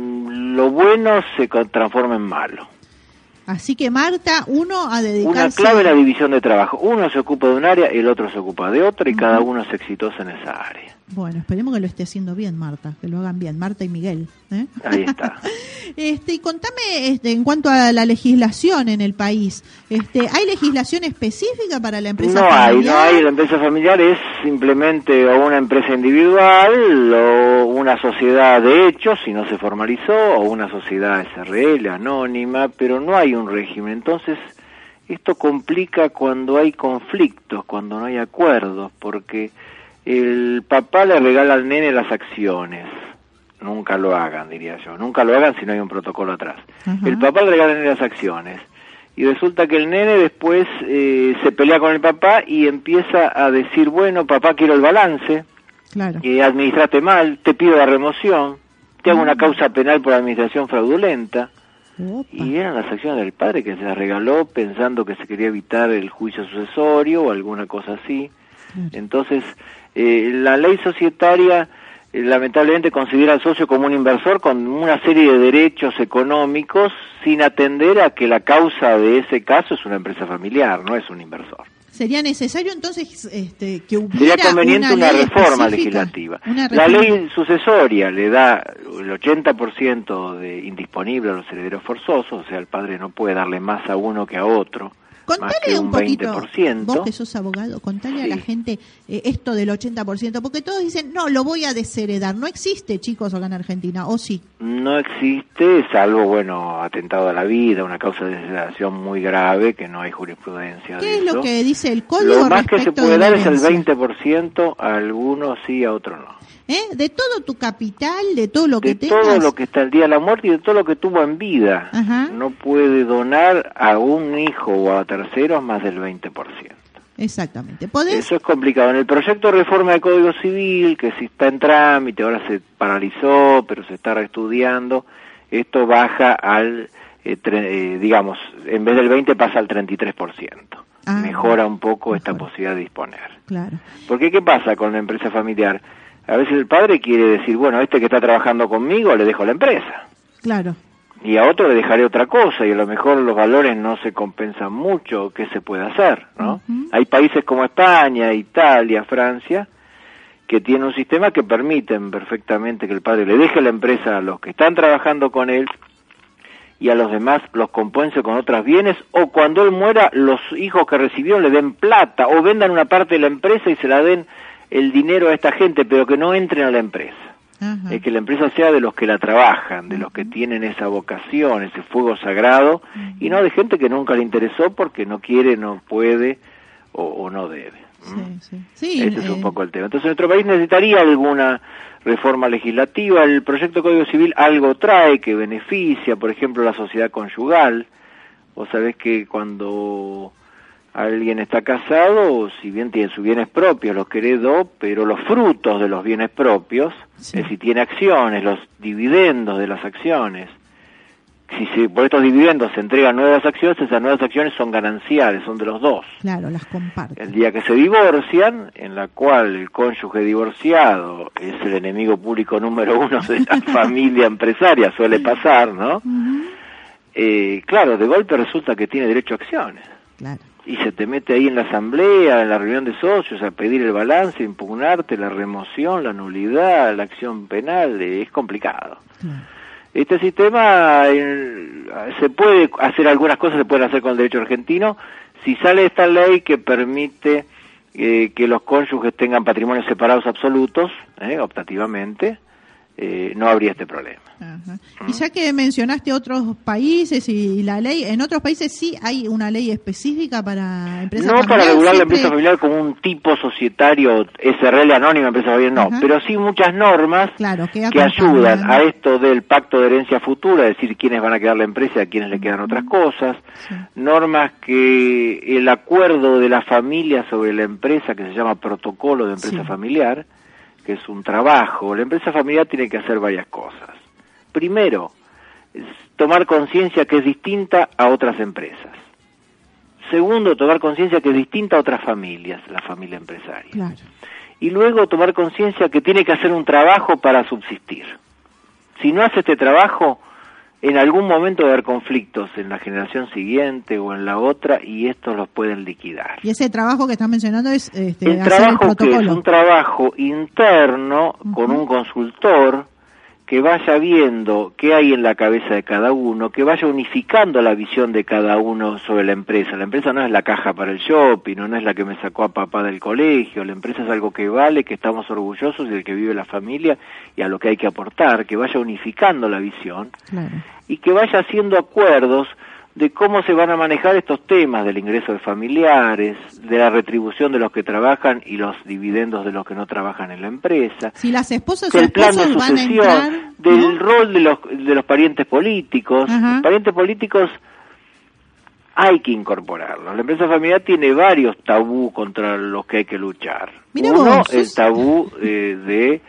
lo bueno se transforma en malo. Así que Marta, uno a dedicarse... Una clave es la división de trabajo. Uno se ocupa de un área, el otro se ocupa de otra y uh-huh. cada uno es exitoso en esa área. Bueno, esperemos que lo esté haciendo bien Marta, que lo hagan bien, Marta y Miguel. ¿eh? Ahí está. este, y contame este, en cuanto a la legislación en el país, este, ¿hay legislación específica para la empresa no familiar? No hay, no hay. La empresa familiar es simplemente o una empresa individual o una sociedad de hecho, si no se formalizó, o una sociedad S R L anónima, pero no hay un régimen. Entonces, esto complica cuando hay conflictos, cuando no hay acuerdos, porque el papá le regala al nene las acciones. Nunca lo hagan, diría yo. Nunca lo hagan si no hay un protocolo atrás. Uh-huh. El papá le regala al nene las acciones. Y resulta que el nene después eh, se pelea con el papá y empieza a decir, bueno, papá, quiero el balance. Claro. Y administraste mal, te pido la remoción, te hago uh-huh. una causa penal por administración fraudulenta. Opa. Y eran las acciones del padre que se las regaló pensando que se quería evitar el juicio sucesorio o alguna cosa así. Uh-huh. Entonces, eh, la ley societaria eh, lamentablemente considera al socio como un inversor con una serie de derechos económicos sin atender a que la causa de ese caso es una empresa familiar, no es un inversor. ¿Sería necesario entonces este, que hubiera Sería conveniente una, una reforma legislativa. Una reforma. La ley sucesoria le da el ochenta por ciento de indisponible a los herederos forzosos, o sea, el padre no puede darle más a uno que a otro. Contale un, un poquito, vos que sos abogado, contale sí. a la gente eh, esto del ochenta por ciento, porque todos dicen, no, lo voy a desheredar. No existe, chicos, acá en Argentina, ¿o sí? No existe, salvo, bueno, atentado a la vida, una causa de desheredación muy grave, que no hay jurisprudencia de eso. ¿Qué es lo que dice el código Lo más que se respecto puede de la dar es el herencia? veinte por ciento, a algunos sí, a otros no. ¿Eh? De todo tu capital, de todo lo que De tengas. todo lo que está el día de la muerte y de todo lo que tuvo en vida. Ajá. No puede donar a un hijo o a terceros más del veinte por ciento. Exactamente. ¿Podés? Eso es complicado. En el proyecto de reforma del Código Civil, que sí está en trámite, ahora se paralizó, pero se está reestudiando, esto baja al, eh, tre- eh, digamos, en vez del veinte pasa al treinta y tres por ciento. Ah, Mejora un poco mejora. esta posibilidad de disponer. Claro. Porque ¿qué pasa con la empresa familiar? A veces el padre quiere decir, bueno, este que está trabajando conmigo le dejo la empresa. Claro. Y a otro le dejaré otra cosa, y a lo mejor los valores no se compensan mucho. ¿Qué se puede hacer, no? Uh-huh. Hay países como España, Italia, Francia, que tienen un sistema que permiten perfectamente que el padre le deje la empresa a los que están trabajando con él y a los demás los compense con otros bienes, o cuando él muera, los hijos que recibió le den plata, o vendan una parte de la empresa y se la den el dinero a esta gente, pero que no entren a la empresa. Ajá. Es que la empresa sea de los que la trabajan, de los que tienen esa vocación, ese fuego sagrado, y no de gente que nunca le interesó porque no quiere, no puede o, o no debe. Sí, ¿Mm? sí. Sí, Ese es eh, un poco el tema. Entonces nuestro país necesitaría alguna reforma legislativa. El proyecto de Código Civil algo trae que beneficia, por ejemplo, la sociedad conyugal. Vos sabés que cuando alguien está casado, si bien tiene sus bienes propios, los que heredó, pero los frutos de los bienes propios, Sí. es decir, tiene acciones, los dividendos de las acciones, si se, por estos dividendos se entregan nuevas acciones, esas nuevas acciones son gananciales, son de los dos. claro, las comparto. El día que se divorcian, en la cual el cónyuge divorciado es el enemigo público número uno de la familia empresaria, suele pasar, ¿no? Ujú. Eh, claro, de golpe resulta que tiene derecho a acciones. Claro. Y se te mete ahí en la asamblea, en la reunión de socios, a pedir el balance, impugnarte la remoción, la nulidad, la acción penal, eh, es complicado. Claro. Este sistema, eh, se puede hacer algunas cosas, se pueden hacer con el derecho argentino, si sale esta ley que permite eh, que los cónyuges tengan patrimonios separados absolutos, eh, optativamente, eh, no habría este problema. Ajá. Y ya que mencionaste otros países y la ley, en otros países sí hay una ley específica para empresas No para familiares, regular la siempre- empresa familiar como un tipo societario S R L anónima, empresa familiar, no, Ajá. pero sí muchas normas Claro, que que acompañan. ayudan a esto del pacto de herencia futura, es decir, quiénes van a quedar la empresa y a quiénes le quedan otras cosas, Sí. normas que el acuerdo de la familia sobre la empresa, que se llama protocolo de empresa Sí. familiar, que es un trabajo. La empresa familiar tiene que hacer varias cosas. Primero, es tomar conciencia que es distinta a otras empresas. Segundo, tomar conciencia que es distinta a otras familias, la familia empresaria. Claro. Y luego tomar conciencia que tiene que hacer un trabajo para subsistir. Si no hace este trabajo, en algún momento va a haber conflictos en la generación siguiente o en la otra, y estos los pueden liquidar. Y ese trabajo que estás mencionando es este, El hacer el trabajo que es protocolo. un trabajo interno con Ujú. un consultor que vaya viendo qué hay en la cabeza de cada uno, que vaya unificando la visión de cada uno sobre la empresa. La empresa no es la caja para el shopping, no es la que me sacó a papá del colegio, la empresa es algo que vale, que estamos orgullosos y del que vive la familia y a lo que hay que aportar, que vaya unificando la visión Claro. y que vaya haciendo acuerdos de cómo se van a manejar estos temas del ingreso de familiares, de la retribución de los que trabajan y los dividendos de los que no trabajan en la empresa, Si las esposas o del plan de esposos van a sucesión, entrar, del ¿no? rol de los, de los parientes políticos. Ajá. Los parientes políticos hay que incorporarlos. La empresa familiar tiene varios tabú contra los que hay que luchar. Mira Uno, vos, el sos- tabú eh, de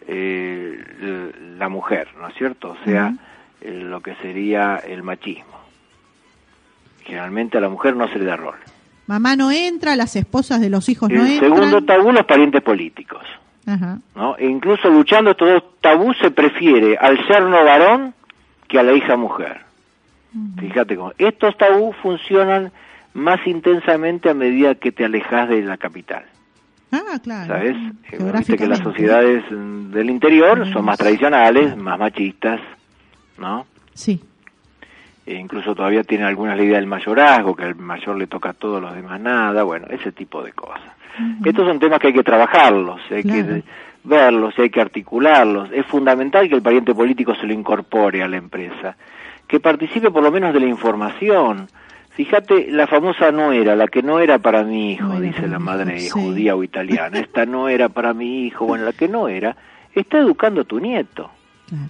eh, la mujer, ¿no es cierto? O sea, Ujú. eh, lo que sería el machismo. Generalmente a la mujer no se le da rol. Mamá no entra, las esposas de los hijos no El entran. segundo tabú, los parientes políticos. Ajá. ¿No? E incluso luchando estos dos tabús se prefiere al yerno varón que a la hija mujer. Fíjate cómo estos tabús funcionan más intensamente a medida que te alejas de la capital. Ah, claro. ¿Sabes? Eh, Viste que las Geográficamente. sociedades mm, del interior son más tradicionales, más machistas, ¿no? Sí. E incluso todavía tienen algunas la idea del mayorazgo, que al mayor le toca a todos los demás nada, bueno, ese tipo de cosas. Ujú. Estos son temas que hay que trabajarlos, hay Claro. que verlos, hay que articularlos. Es fundamental que el pariente político se lo incorpore a la empresa, que participe por lo menos de la información, Fíjate, la famosa nuera, la que no era para mi hijo, No era dice para la mi madre hijo, sí. judía o italiana. Esta no era para mi hijo. Bueno, la que no era, está educando a tu nieto. Claro.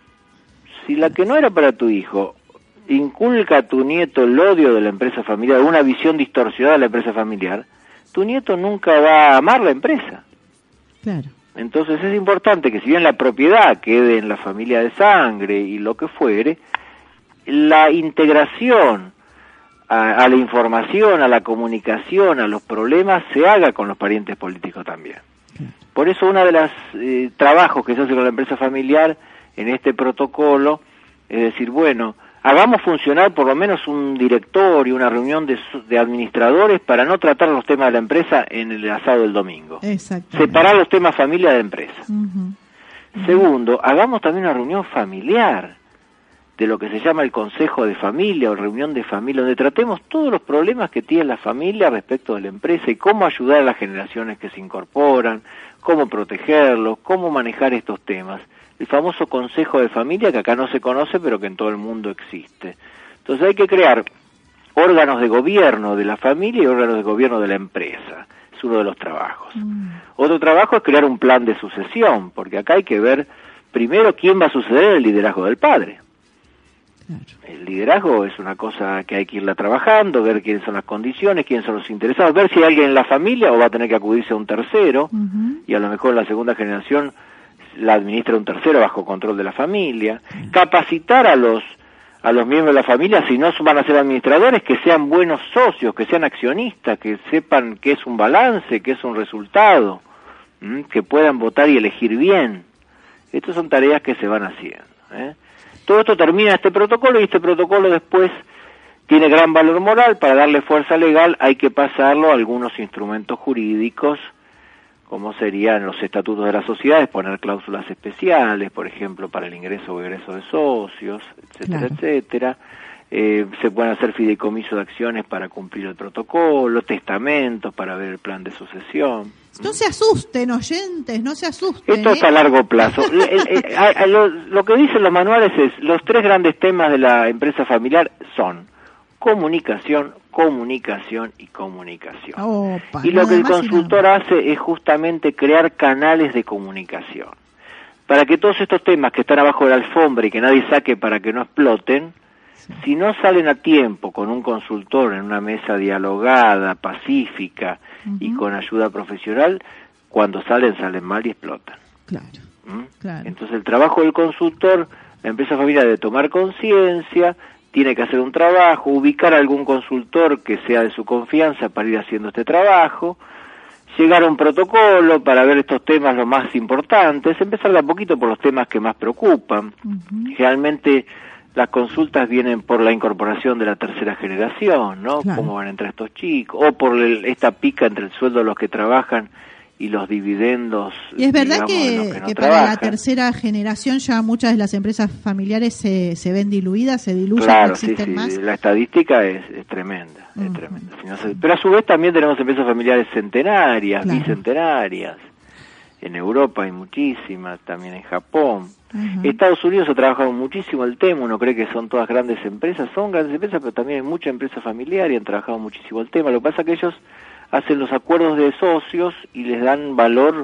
Si la que no era para tu hijo inculca a tu nieto el odio de la empresa familiar, una visión distorsionada de la empresa familiar, tu nieto nunca va a amar la empresa. Claro. Entonces es importante que si bien la propiedad quede en la familia de sangre y lo que fuere, la integración a, a la información, a la comunicación, a los problemas, se haga con los parientes políticos también. Claro. Por eso uno de los eh, trabajos que se hace con la empresa familiar en este protocolo es decir, bueno, hagamos funcionar por lo menos un directorio, una reunión de, de administradores para no tratar los temas de la empresa en el asado del domingo. Exacto. Separar los temas familia de empresa. Uh-huh. Uh-huh. Segundo, hagamos también una reunión familiar de lo que se llama el consejo de familia o reunión de familia, donde tratemos todos los problemas que tiene la familia respecto de la empresa y cómo ayudar a las generaciones que se incorporan, cómo protegerlos, cómo manejar estos temas. El famoso consejo de familia que acá no se conoce pero que en todo el mundo existe. Entonces hay que crear órganos de gobierno de la familia y órganos de gobierno de la empresa. Es uno de los trabajos. Mm. Otro trabajo es crear un plan de sucesión, porque acá hay que ver primero quién va a suceder el liderazgo del padre. Claro. El liderazgo es una cosa que hay que irla trabajando, ver quiénes son las condiciones, quiénes son los interesados, ver si hay alguien en la familia o va a tener que acudirse a un tercero, uh-huh. y a lo mejor la segunda generación la administra un tercero bajo control de la familia. Uh-huh. Capacitar a los a los miembros de la familia, si no van a ser administradores, que sean buenos socios, que sean accionistas, que sepan qué es un balance, qué es un resultado, ¿m? Que puedan votar y elegir bien. Estas son tareas que se van haciendo, ¿eh? Todo esto termina este protocolo y este protocolo después tiene gran valor moral. Para darle fuerza legal hay que pasarlo a algunos instrumentos jurídicos, como serían los estatutos de las sociedades, poner cláusulas especiales, por ejemplo, para el ingreso o egreso de socios, etcétera, claro. etcétera. Eh, se pueden hacer fideicomisos de acciones para cumplir el protocolo, testamentos para ver el plan de sucesión. No se asusten, oyentes, no se asusten. Esto ¿eh? es a largo plazo. el, el, el, a, a lo, lo que dicen los manuales es, los tres grandes temas de la empresa familiar son comunicación, comunicación y comunicación. Opa, y lo que el consultor hace es justamente crear canales de comunicación. Para que todos estos temas que están abajo de la alfombra y que nadie saque para que no exploten, sí. Si no salen a tiempo con un consultor en una mesa dialogada, pacífica, uh-huh. y con ayuda profesional, cuando salen, salen mal y explotan. Claro, ¿Mm? claro. Entonces el trabajo del consultor, la empresa familiar, de tomar conciencia, tiene que hacer un trabajo, ubicar a algún consultor que sea de su confianza para ir haciendo este trabajo, llegar a un protocolo para ver estos temas los más importantes, empezar de a poquito por los temas que más preocupan. Uh-huh. Generalmente las consultas vienen por la incorporación de la tercera generación, ¿no? Claro. Cómo van a entrar estos chicos, o por el, esta pica entre el sueldo de los que trabajan y los dividendos. Y es verdad digamos, que, de los que, no que para trabajan. la tercera generación ya muchas de las empresas familiares se, se ven diluidas, se diluyen, claro, no existen sí, sí. más. La estadística es, es tremenda, uh-huh. es tremenda. Si no se, pero a su vez también tenemos empresas familiares centenarias, claro. bicentenarias. En Europa hay muchísimas, también en Japón. Uh-huh. Estados Unidos ha trabajado muchísimo el tema, uno cree que son todas grandes empresas, son grandes empresas, pero también hay mucha empresa familiar y han trabajado muchísimo el tema. Lo que pasa es que ellos hacen los acuerdos de socios y les dan valor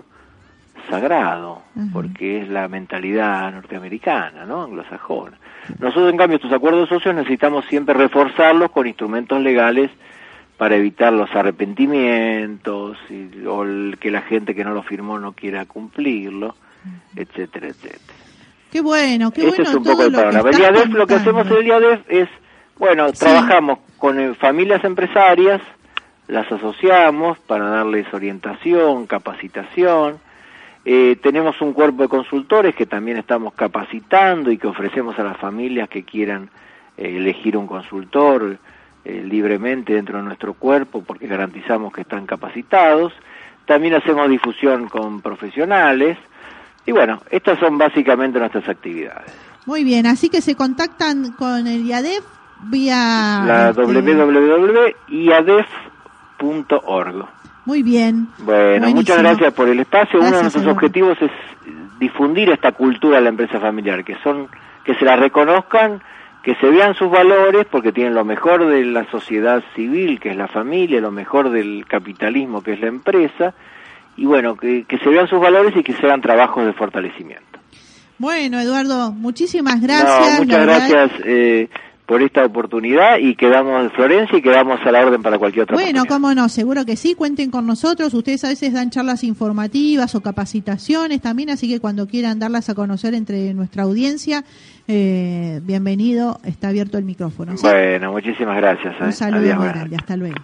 sagrado, uh-huh. porque es la mentalidad norteamericana, ¿no? Anglosajona. Nosotros, en cambio, estos acuerdos de socios necesitamos siempre reforzarlos con instrumentos legales para evitar los arrepentimientos y, o el, que la gente que no lo firmó no quiera cumplirlo, uh-huh. etcétera, etcétera. Qué bueno, qué este bueno. Es un poco el panorama. El IADEF, lo que hacemos en el IADEF es, bueno, sí. trabajamos con eh, familias empresarias, las asociamos para darles orientación, capacitación. Eh, tenemos un cuerpo de consultores que también estamos capacitando y que ofrecemos a las familias que quieran eh, elegir un consultor eh, libremente dentro de nuestro cuerpo, porque garantizamos que están capacitados. También hacemos difusión con profesionales. Y bueno, estas son básicamente nuestras actividades. Muy bien, así que se contactan con el IADEF vía... La este... doble u doble u doble u punto i a d e f punto org. Muy bien. Bueno, buenísimo. Muchas gracias por el espacio. Gracias, Uno de nuestros señor. objetivos es difundir esta cultura de la empresa familiar, que son que se la reconozcan que se vean sus valores porque tienen lo mejor de la sociedad civil, que es la familia, lo mejor del capitalismo, que es la empresa, y bueno, que, que se vean sus valores y que se hagan trabajos de fortalecimiento. Bueno, Eduardo, muchísimas gracias. No, muchas gracias eh, por esta oportunidad y quedamos en Florencia y quedamos a la orden para cualquier otra Bueno, cómo no, seguro que sí, cuenten con nosotros. Ustedes a veces dan charlas informativas o capacitaciones también, así que cuando quieran darlas a conocer entre nuestra audiencia, eh, bienvenido, está abierto el micrófono, ¿sí? Bueno, muchísimas gracias. ¿eh? Un saludo Adiós, muy buenas. grande, hasta luego.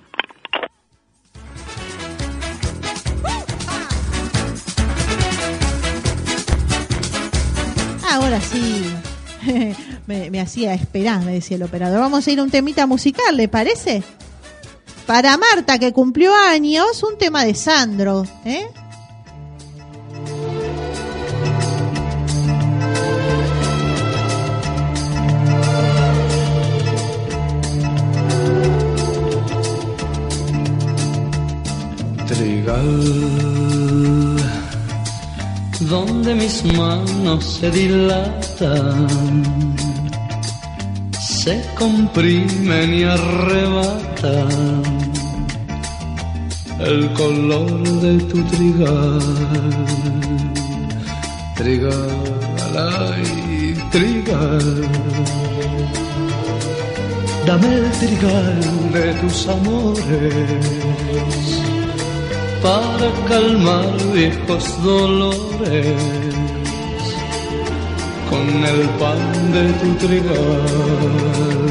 Ahora sí, me, me hacía esperar, me decía el operador. Vamos a ir a un temita musical, ¿le parece? Para Marta, que cumplió años, un tema de Sandro, ¿eh? Trigal, donde mis manos se dilatan, se comprimen y arrebatan el color de tu trigal. Trigal, ay, trigal, dame el trigal de tus amores para calmar viejos dolores con el pan de tu trigal,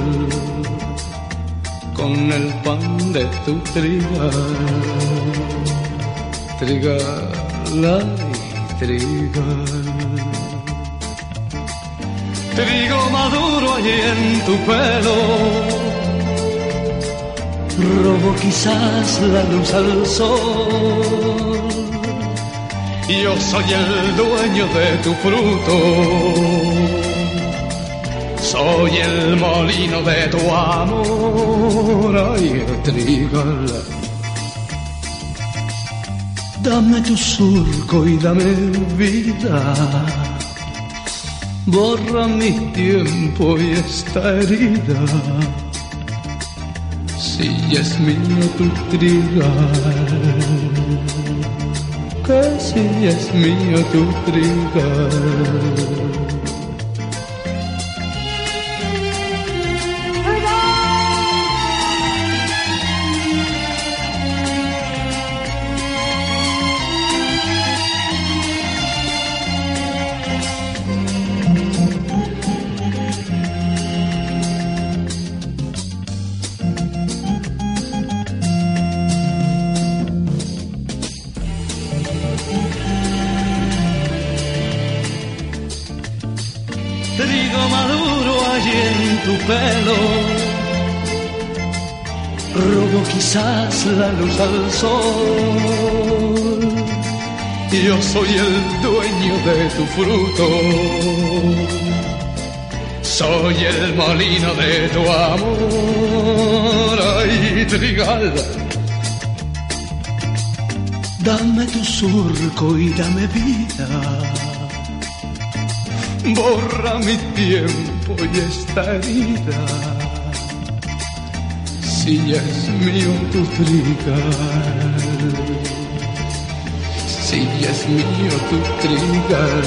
con el pan de tu trigal. Trigal, ay, trigal, trigo maduro allí en tu pelo, robo quizás la luz al sol. Yo soy el dueño de tu fruto, soy el molino de tu amor. Ay, trigal, dame tu surco y dame vida, borra mi tiempo y esta herida. Si es mío tu trigal, que si es mío tu trigal. Robo quizás la luz al sol, yo soy el dueño de tu fruto, soy el molino de tu amor. Ay, trigal, dame tu surco y dame vida, borra mi tiempo y esta herida. Si es mío tu trigal, si es mío tu trigal,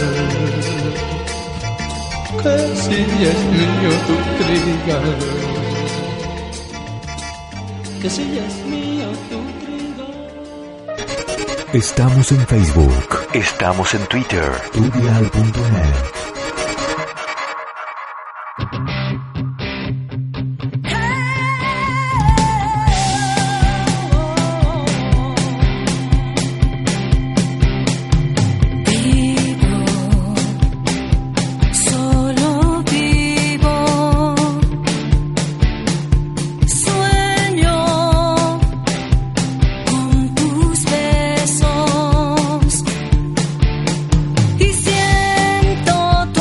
que si es mío tu trigal, que si es mío tu trigal. Estamos en Facebook, estamos en Twitter, tudial punto net. Y siento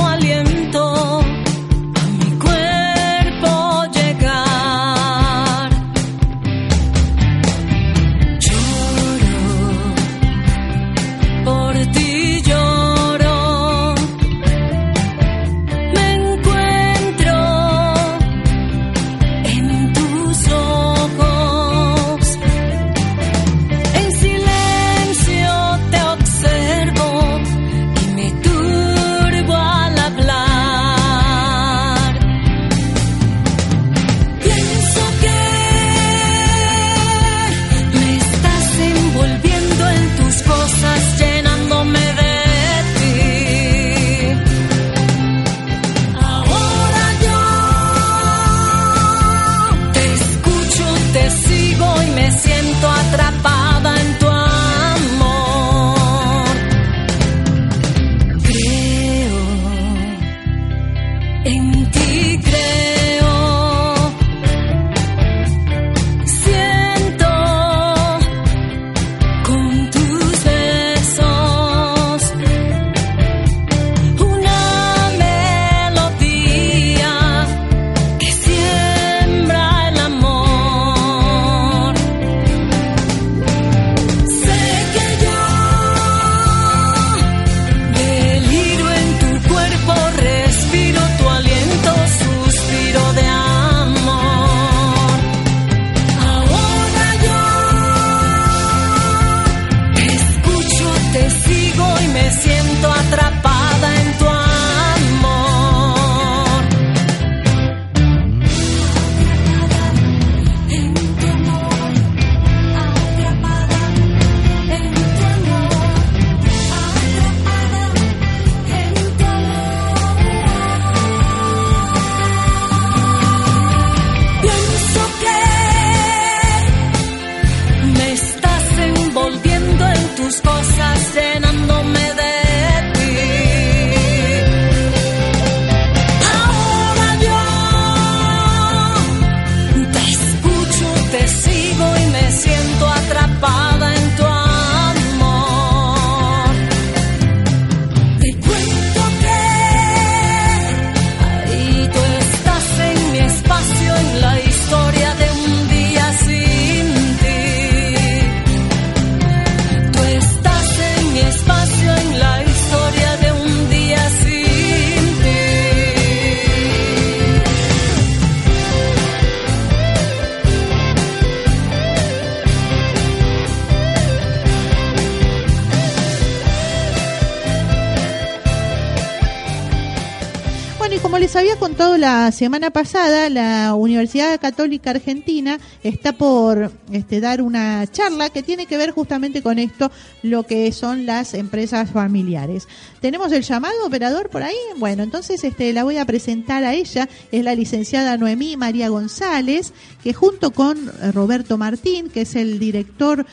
les había contado la semana pasada, la Universidad Católica Argentina está por este, dar una charla que tiene que ver justamente con esto, lo que son las empresas familiares. ¿Tenemos el llamado, operador, por ahí? Bueno, entonces este, la voy a presentar a ella. Es la licenciada Noemí María González, que junto con Roberto Martín, que es el director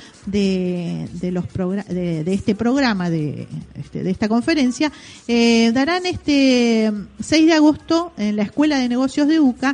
de, de, los progr- de, de este programa, de, este, de esta conferencia, eh, darán este seis de agosto en la Escuela de Negocios de UCA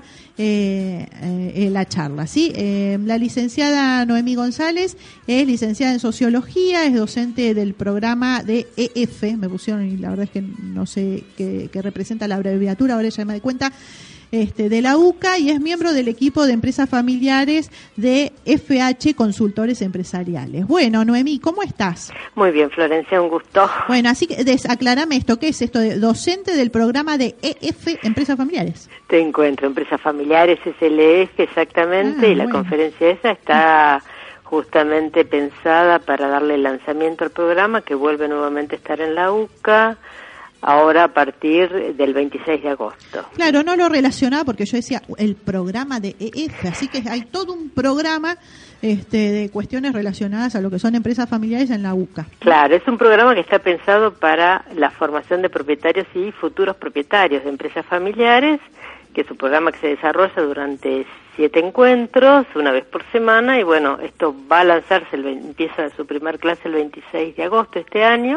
eh, eh, la charla, ¿sí? Eh, la licenciada Noemí González es licenciada en Sociología, es docente del programa de E F, me pusieron y la verdad es que no sé qué, qué representa la abreviatura, ahora ya me doy cuenta, Este, de la UCA, y es miembro del equipo de empresas familiares de F H Consultores Empresariales. Bueno, Noemí, ¿cómo estás? Muy bien, Florencia, un gusto. Bueno, así que des, aclarame esto, ¿qué es esto de docente del programa de E F Empresas Familiares? Te encuentro, Empresas Familiares es el eje exactamente, Ah, y la bueno. conferencia esa está justamente pensada para darle lanzamiento al programa, que vuelve nuevamente a estar en la UCA, ahora a partir del veintiséis de agosto. Claro, no lo relacionaba porque yo decía el programa de E F, así que hay todo un programa este, de cuestiones relacionadas a lo que son empresas familiares en la UCA. Claro, es un programa que está pensado para la formación de propietarios y futuros propietarios de empresas familiares, que es un programa que se desarrolla durante siete encuentros, una vez por semana, y bueno, esto va a lanzarse, el, empieza su primer clase el veintiséis de agosto este año.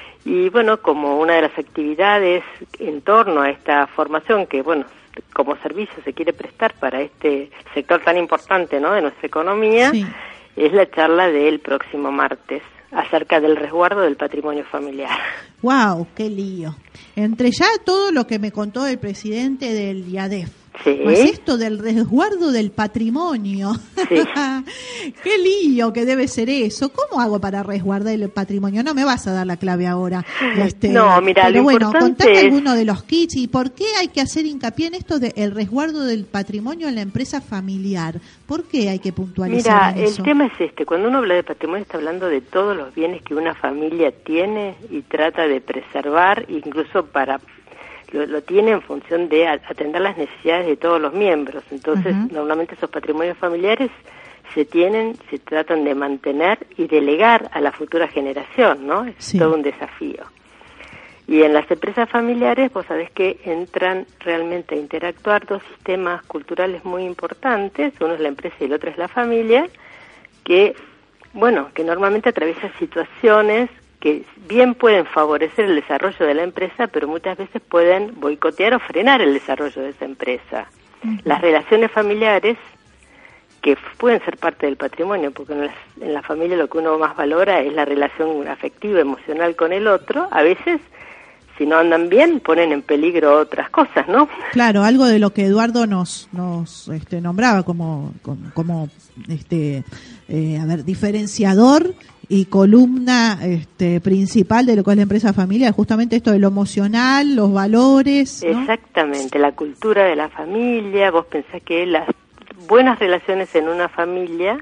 Y bueno, como una de las actividades en torno a esta formación que, bueno, como servicio se quiere prestar para este sector tan importante, ¿no?, de nuestra economía, Sí. es la charla del próximo martes acerca del resguardo del patrimonio familiar. ¡Wow! ¡Qué lío! Entre ya todo lo que me contó el presidente del IADEF. Sí. Más esto del resguardo del patrimonio. Sí. ¡Qué lío que debe ser eso! ¿Cómo hago para resguardar el patrimonio? No me vas a dar la clave ahora. Este, No, mira, pero lo bueno, importante contame es- alguno de los kits y por qué hay que hacer hincapié en esto del resguardo del patrimonio en la empresa familiar. ¿Por qué hay que puntualizar Mira, en eso? el tema es este, cuando uno habla de patrimonio está hablando de todos los bienes que una familia tiene y trata de preservar, incluso para lo, lo tiene en función de atender las necesidades de todos los miembros. Entonces, Ujú. normalmente esos patrimonios familiares se tienen, se tratan de mantener y delegar a la futura generación, ¿no? Es Sí. todo un desafío. Y en las empresas familiares, vos sabés que entran realmente a interactuar dos sistemas culturales muy importantes, uno es la empresa y el otro es la familia, que, bueno, que normalmente atraviesan situaciones que bien pueden favorecer el desarrollo de la empresa, pero muchas veces pueden boicotear o frenar el desarrollo de esa empresa. Ujú. Las relaciones familiares, que f- pueden ser parte del patrimonio, porque en, las- en la familia lo que uno más valora es la relación afectiva, emocional con el otro, a veces, si no andan bien, ponen en peligro otras cosas, ¿no? Claro, algo de lo que Eduardo nos nos este, nombraba como como, como, este eh, a ver, diferenciador y columna este, principal de lo que es la empresa familiar, justamente esto de lo emocional, los valores, ¿no? Exactamente, la cultura de la familia. Vos pensás que las buenas relaciones en una familia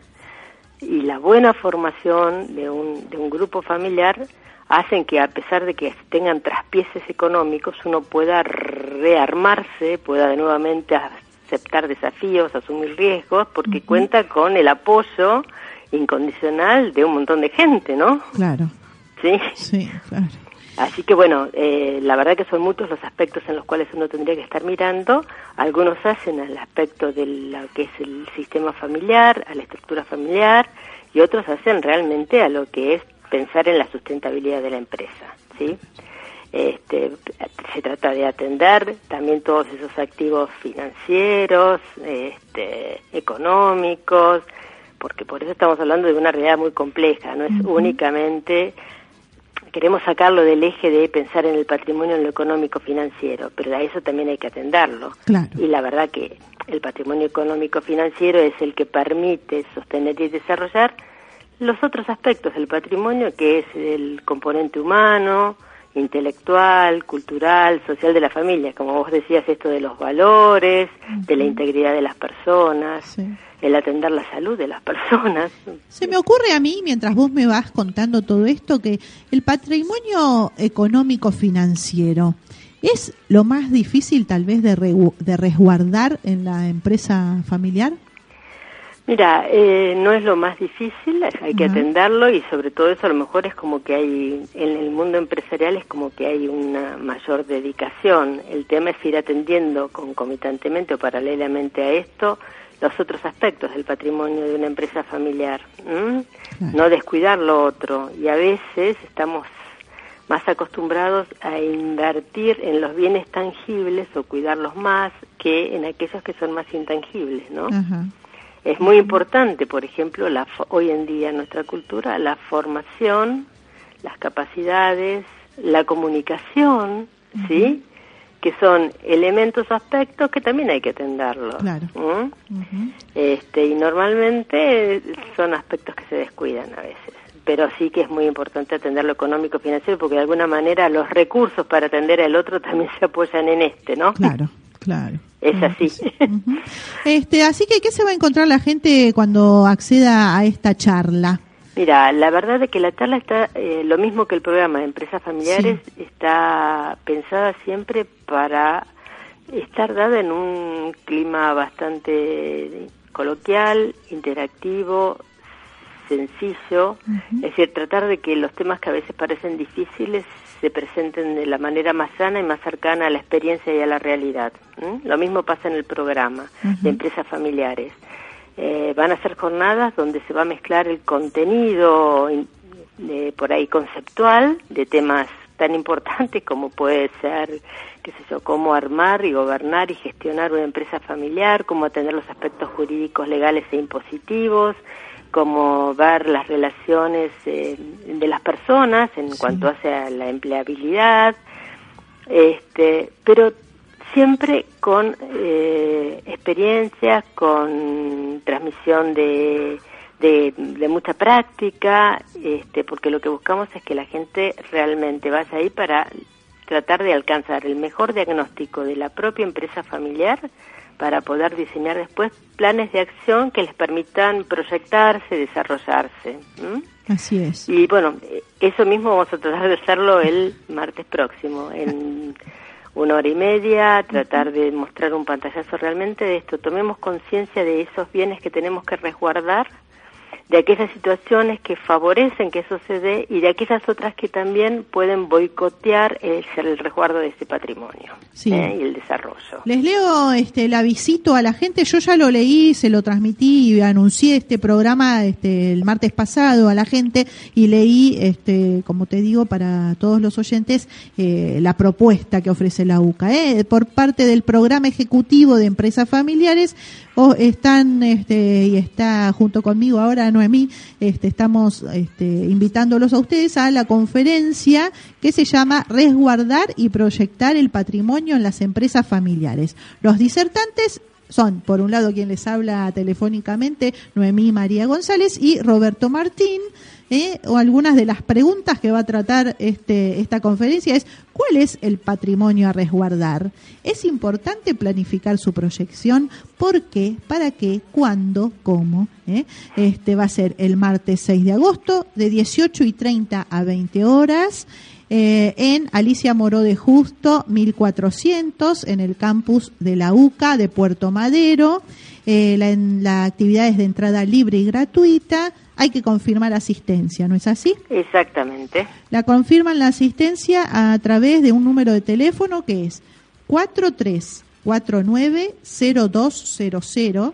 y la buena formación de un, de un grupo familiar hacen que, a pesar de que tengan traspieces económicos, uno pueda rearmarse, pueda de nuevamente aceptar desafíos, asumir riesgos, porque Ujú. cuenta con el apoyo incondicional de un montón de gente, ¿no? Claro, Sí. sí, claro. Así que bueno, eh, la verdad que son muchos los aspectos en los cuales uno tendría que estar mirando. Algunos hacen al aspecto de lo que es el sistema familiar, a la estructura familiar, y otros hacen realmente a lo que es pensar en la sustentabilidad de la empresa, ¿sí? Este, se trata de atender también todos esos activos financieros, este, económicos, porque por eso estamos hablando de una realidad muy compleja, no es Ujú. únicamente, queremos sacarlo del eje de pensar en el patrimonio, en lo económico financiero, pero a eso también hay que atenderlo. Claro. Y la verdad que el patrimonio económico financiero es el que permite sostener y desarrollar los otros aspectos del patrimonio, que es el componente humano, intelectual, cultural, social de la familia, como vos decías, esto de los valores, de la integridad de las personas, Sí. el atender la salud de las personas. Se me ocurre a mí, mientras vos me vas contando todo esto, que el patrimonio económico financiero ¿Es lo más difícil tal vez de, re, de resguardar en la empresa familiar? Mira, eh, no es lo más difícil, hay que uh-huh. atenderlo y sobre todo eso a lo mejor es como que hay, en el mundo empresarial es como que hay una mayor dedicación. El tema es ir atendiendo concomitantemente o paralelamente a esto los otros aspectos del patrimonio de una empresa familiar, ¿m? Claro. No descuidar lo otro, y a veces estamos más acostumbrados a invertir en los bienes tangibles o cuidarlos más que en aquellos que son más intangibles, ¿no? Uh-huh. Es muy importante, por ejemplo, la, hoy en día en nuestra cultura, la formación, las capacidades, la comunicación, uh-huh. ¿sí? Que son elementos o aspectos que también hay que atenderlos. Claro. ¿Mm? Uh-huh. Este, y normalmente son aspectos que se descuidan a veces. Pero sí que es muy importante atender lo económico financiero, porque de alguna manera los recursos para atender al otro también se apoyan en este, ¿no? Claro, claro. Es así. Uh-huh. Este, así que, ¿qué se va a encontrar la gente cuando acceda a esta charla? Mira, la verdad es que la charla está, eh, lo mismo que el programa de Empresas Familiares, sí. está pensada siempre para estar dada en un clima bastante coloquial, interactivo, sencillo, uh-huh. es decir, tratar de que los temas que a veces parecen difíciles se presenten de la manera más sana y más cercana a la experiencia y a la realidad. ¿Mm? Lo mismo pasa en el programa uh-huh. de Empresas Familiares. Eh, van a ser jornadas donde se va a mezclar el contenido eh, por ahí conceptual de temas tan importantes como puede ser, qué sé yo, cómo armar y gobernar y gestionar una empresa familiar, cómo atender los aspectos jurídicos, legales e impositivos, cómo ver las relaciones eh, de las personas en sí. cuanto hace a la empleabilidad, este, pero siempre con eh, experiencias, con transmisión de, de, de mucha práctica, este, porque lo que buscamos es que la gente realmente vaya ahí para tratar de alcanzar el mejor diagnóstico de la propia empresa familiar para poder diseñar después planes de acción que les permitan proyectarse, desarrollarse. ¿Mm? Así es. Y bueno, eso mismo vamos a tratar de hacerlo el martes próximo, en una hora y media, tratar de mostrar un pantallazo realmente de esto. Tomemos conciencia de esos bienes que tenemos que resguardar, de aquellas situaciones que favorecen que eso se dé y de aquellas otras que también pueden boicotear el, el resguardo de ese patrimonio sí. ¿eh? y el desarrollo. Les leo este, el avisito a la gente. Yo ya lo leí, se lo transmití y anuncié este programa este, el martes pasado a la gente y leí, este, como te digo, para todos los oyentes, eh, la propuesta que ofrece la U C A. ¿eh? Por parte del Programa Ejecutivo de Empresas Familiares, oh, están este, y está junto conmigo ahora Noemí, este, estamos este, invitándolos a ustedes a la conferencia que se llama Resguardar y proyectar el patrimonio en las empresas familiares. Los disertantes son, por un lado, quien les habla telefónicamente, Noemí María González y Roberto Martín. Eh, o algunas de las preguntas que va a tratar este, esta conferencia es: ¿cuál es el patrimonio a resguardar? ¿Es importante planificar su proyección? ¿Por qué? ¿Para qué? ¿Cuándo? ¿Cómo? ¿Eh? Este va a ser el martes seis de agosto de dieciocho y treinta a veinte horas eh, en Alicia Moró de Justo mil cuatrocientos en el campus de la U C A de Puerto Madero. Eh, la, la actividad es de entrada libre y gratuita. Hay que confirmar asistencia, ¿no es así? Exactamente. La confirman la asistencia a través de un número de teléfono que es cuatro tres cuatro nueve cero dos cero cero,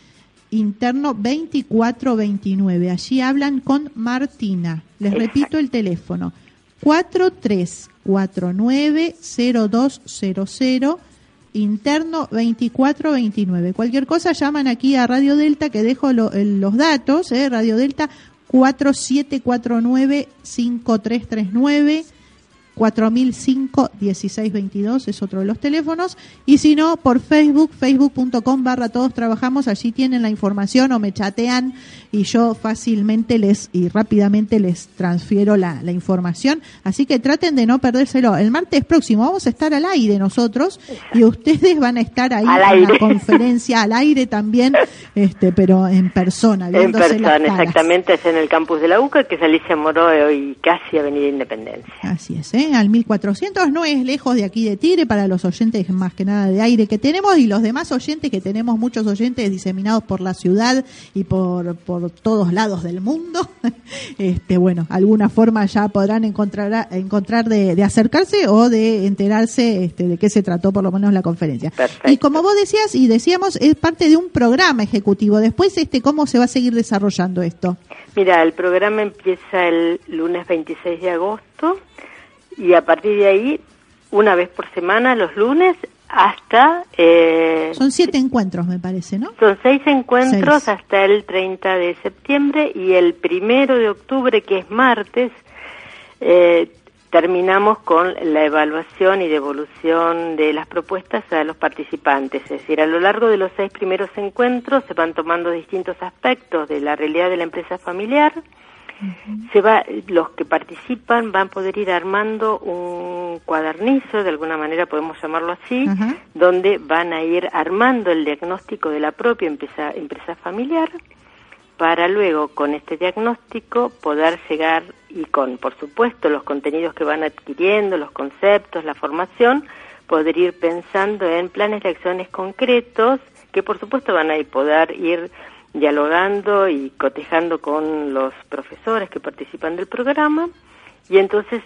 interno veinticuatro veintinueve. Allí hablan con Martina. Les Exacto. repito el teléfono: cuatro tres cuatro nueve cero dos cero cero, interno veinticuatro veintinueve. Cualquier cosa llaman aquí a Radio Delta, que dejo lo, el, los datos, eh, Radio Delta cuatro siete cuatro nueve cinco tres tres nueve, cuatro mil cinco dieciséis veintidós es otro de los teléfonos, y si no, por Facebook, facebook.com barra todos trabajamos, allí tienen la información o me chatean y yo fácilmente les y rápidamente les transfiero la, la información, así que traten de no perdérselo. El martes próximo vamos a estar al aire nosotros y ustedes van a estar ahí al en aire. la conferencia al aire también, este pero en persona, viéndose en las persona, caras. Exactamente, es en el campus de la U C A, que es Alicia Moró y casi Avenida Independencia. Así es, ¿eh? ¿eh? Al mil cuatrocientos, no es lejos de aquí de Tigre, para los oyentes más que nada de aire que tenemos, y los demás oyentes que tenemos, muchos oyentes diseminados por la ciudad y por, por todos lados del mundo. Este, bueno, alguna forma ya podrán encontrar, encontrar de, de acercarse o de enterarse este, de qué se trató por lo menos la conferencia. Perfecto. Y como vos decías y decíamos, es parte de un programa ejecutivo. Después, este, ¿cómo se va a seguir desarrollando esto? Mira, el programa empieza el lunes veintiséis de agosto y a partir de ahí, una vez por semana, los lunes, hasta... Eh, Son siete encuentros, me parece, ¿no? Son seis encuentros Seis. hasta el treinta de septiembre y el primero de octubre, que es martes, eh, terminamos con la evaluación y devolución de las propuestas a los participantes. Es decir, a lo largo de los seis primeros encuentros se van tomando distintos aspectos de la realidad de la empresa familiar. Uh-huh. Se va, los que participan van a poder ir armando un cuadernizo, de alguna manera podemos llamarlo así, uh-huh. donde van a ir armando el diagnóstico de la propia empresa, empresa familiar, para luego, con este diagnóstico, poder llegar, y con, por supuesto, los contenidos que van adquiriendo, los conceptos, la formación, poder ir pensando en planes de acciones concretos, que por supuesto van a poder ir dialogando y cotejando con los profesores que participan del programa, y entonces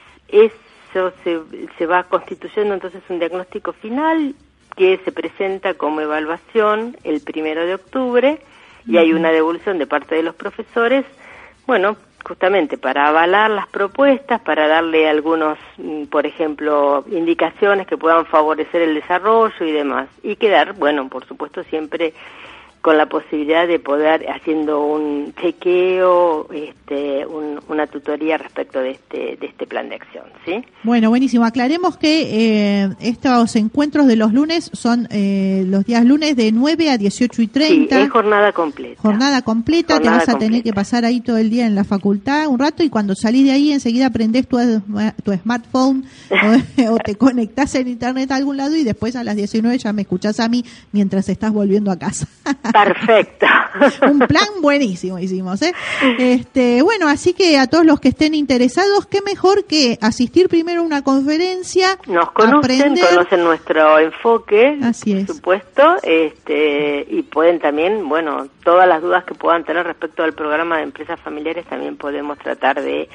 eso se, se va constituyendo entonces un diagnóstico final que se presenta como evaluación el primero de octubre, y hay una devolución de parte de los profesores, bueno, justamente para avalar las propuestas, para darle algunos, por ejemplo, indicaciones que puedan favorecer el desarrollo y demás, y quedar, bueno, por supuesto, siempre con la posibilidad de poder, haciendo un chequeo, este, un, una tutoría respecto de este de este plan de acción, ¿sí? Bueno, buenísimo. Aclaremos que eh, estos encuentros de los lunes son eh, los días lunes de nueve a dieciocho y treinta. Sí, es jornada completa. Jornada completa, jornada te vas a completa. tener que pasar ahí todo el día en la facultad un rato, y cuando salís de ahí enseguida prendés tu, tu smartphone o, o te conectás en internet a algún lado, y después a las diecinueve ya me escuchás a mí mientras estás volviendo a casa. Perfecto. Un plan buenísimo hicimos, ¿eh? Este, bueno, así que a todos los que estén interesados, qué mejor que asistir primero a una conferencia, nos conocen, aprender. conocen nuestro enfoque, Así es. por supuesto, este, y pueden también, bueno, todas las dudas que puedan tener respecto al programa de empresas familiares también podemos tratar de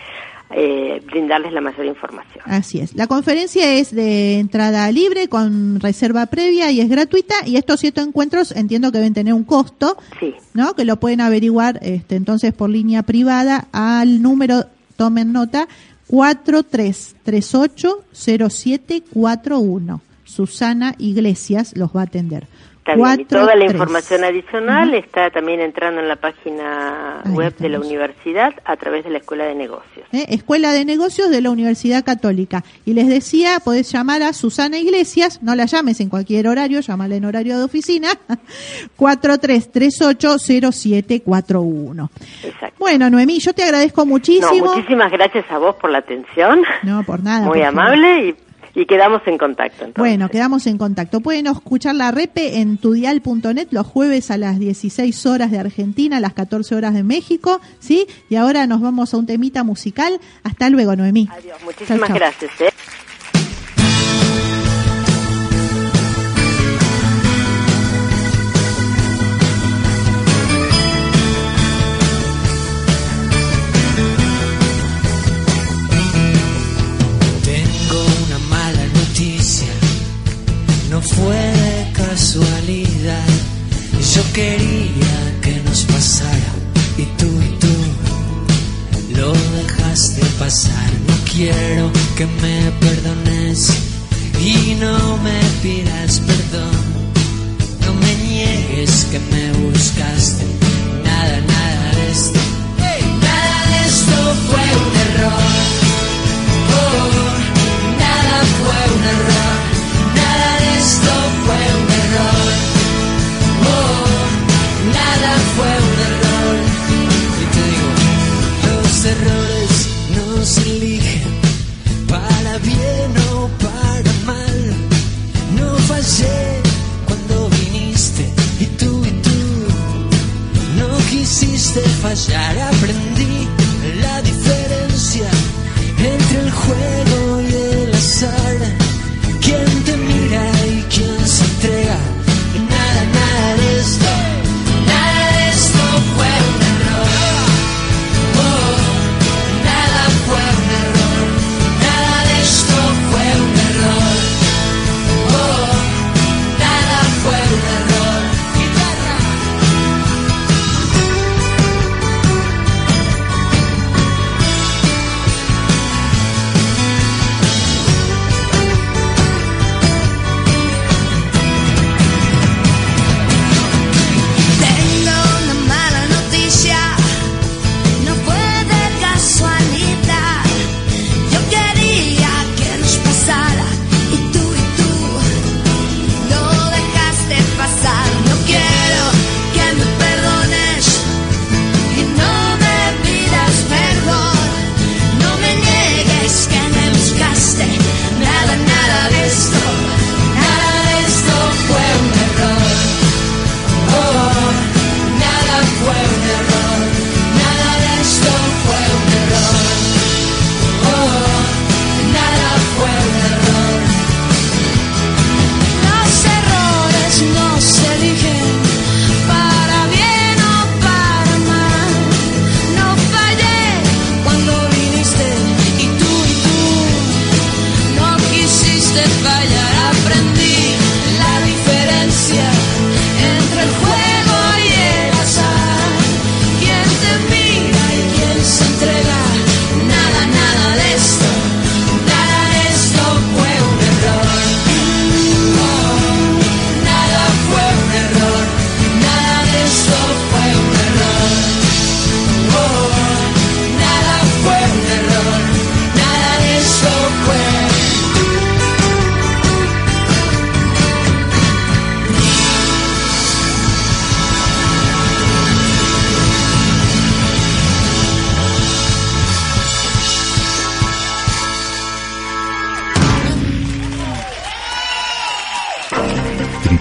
Eh, brindarles la mayor información. Así es. La conferencia es de entrada libre, con reserva previa, y es gratuita, y estos siete encuentros entiendo que deben tener un costo, sí, ¿no? Que lo pueden averiguar este, entonces por línea privada al número, tomen nota, cuatro tres tres ocho cero siete cuatro uno. Susana Iglesias los va a atender. También, y toda la tres. información adicional uh-huh. está también entrando en la página Ahí web estamos. de la universidad a través de la Escuela de Negocios. ¿Eh? Escuela de Negocios de la Universidad Católica. Y les decía, podés llamar a Susana Iglesias, no la llames en cualquier horario, llámala en horario de oficina, cuatro tres tres ocho cero siete cuatro uno. Exacto. Bueno, Noemí, yo te agradezco muchísimo. No, muchísimas gracias a vos por la atención. No, por nada. Muy por amable, favor. y Y quedamos en contacto, entonces. Bueno, quedamos en contacto. Pueden escuchar la repe en tudial punto net los jueves a las dieciséis horas de Argentina, a las catorce horas de México, ¿sí? Y ahora nos vamos a un temita musical. Hasta luego, Noemí. Adiós, muchísimas Chau, chau. gracias. ¿eh? No fue de casualidad, yo quería que nos pasara y tú y tú lo dejaste pasar. No quiero que me perdones y no me pidas perdón, no me niegues que me buscaste. Nada, nada de esto, nada de esto fue un error. Oh, nada fue un error. Esto fue un error, oh, nada fue un error. Y te digo, los errores no se eligen para bien o para mal. No fallé cuando viniste y tú y tú no quisiste fallar. Aprendí la diferencia entre el juego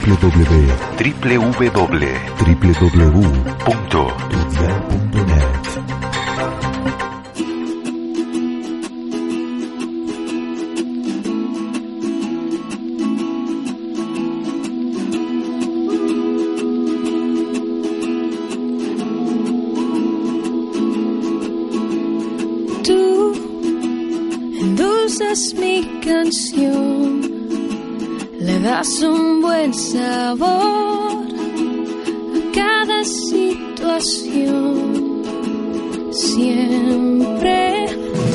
w w w punto tu dial punto net. Tú endulzas mi canción, le das un buen sabor a cada situación. Siempre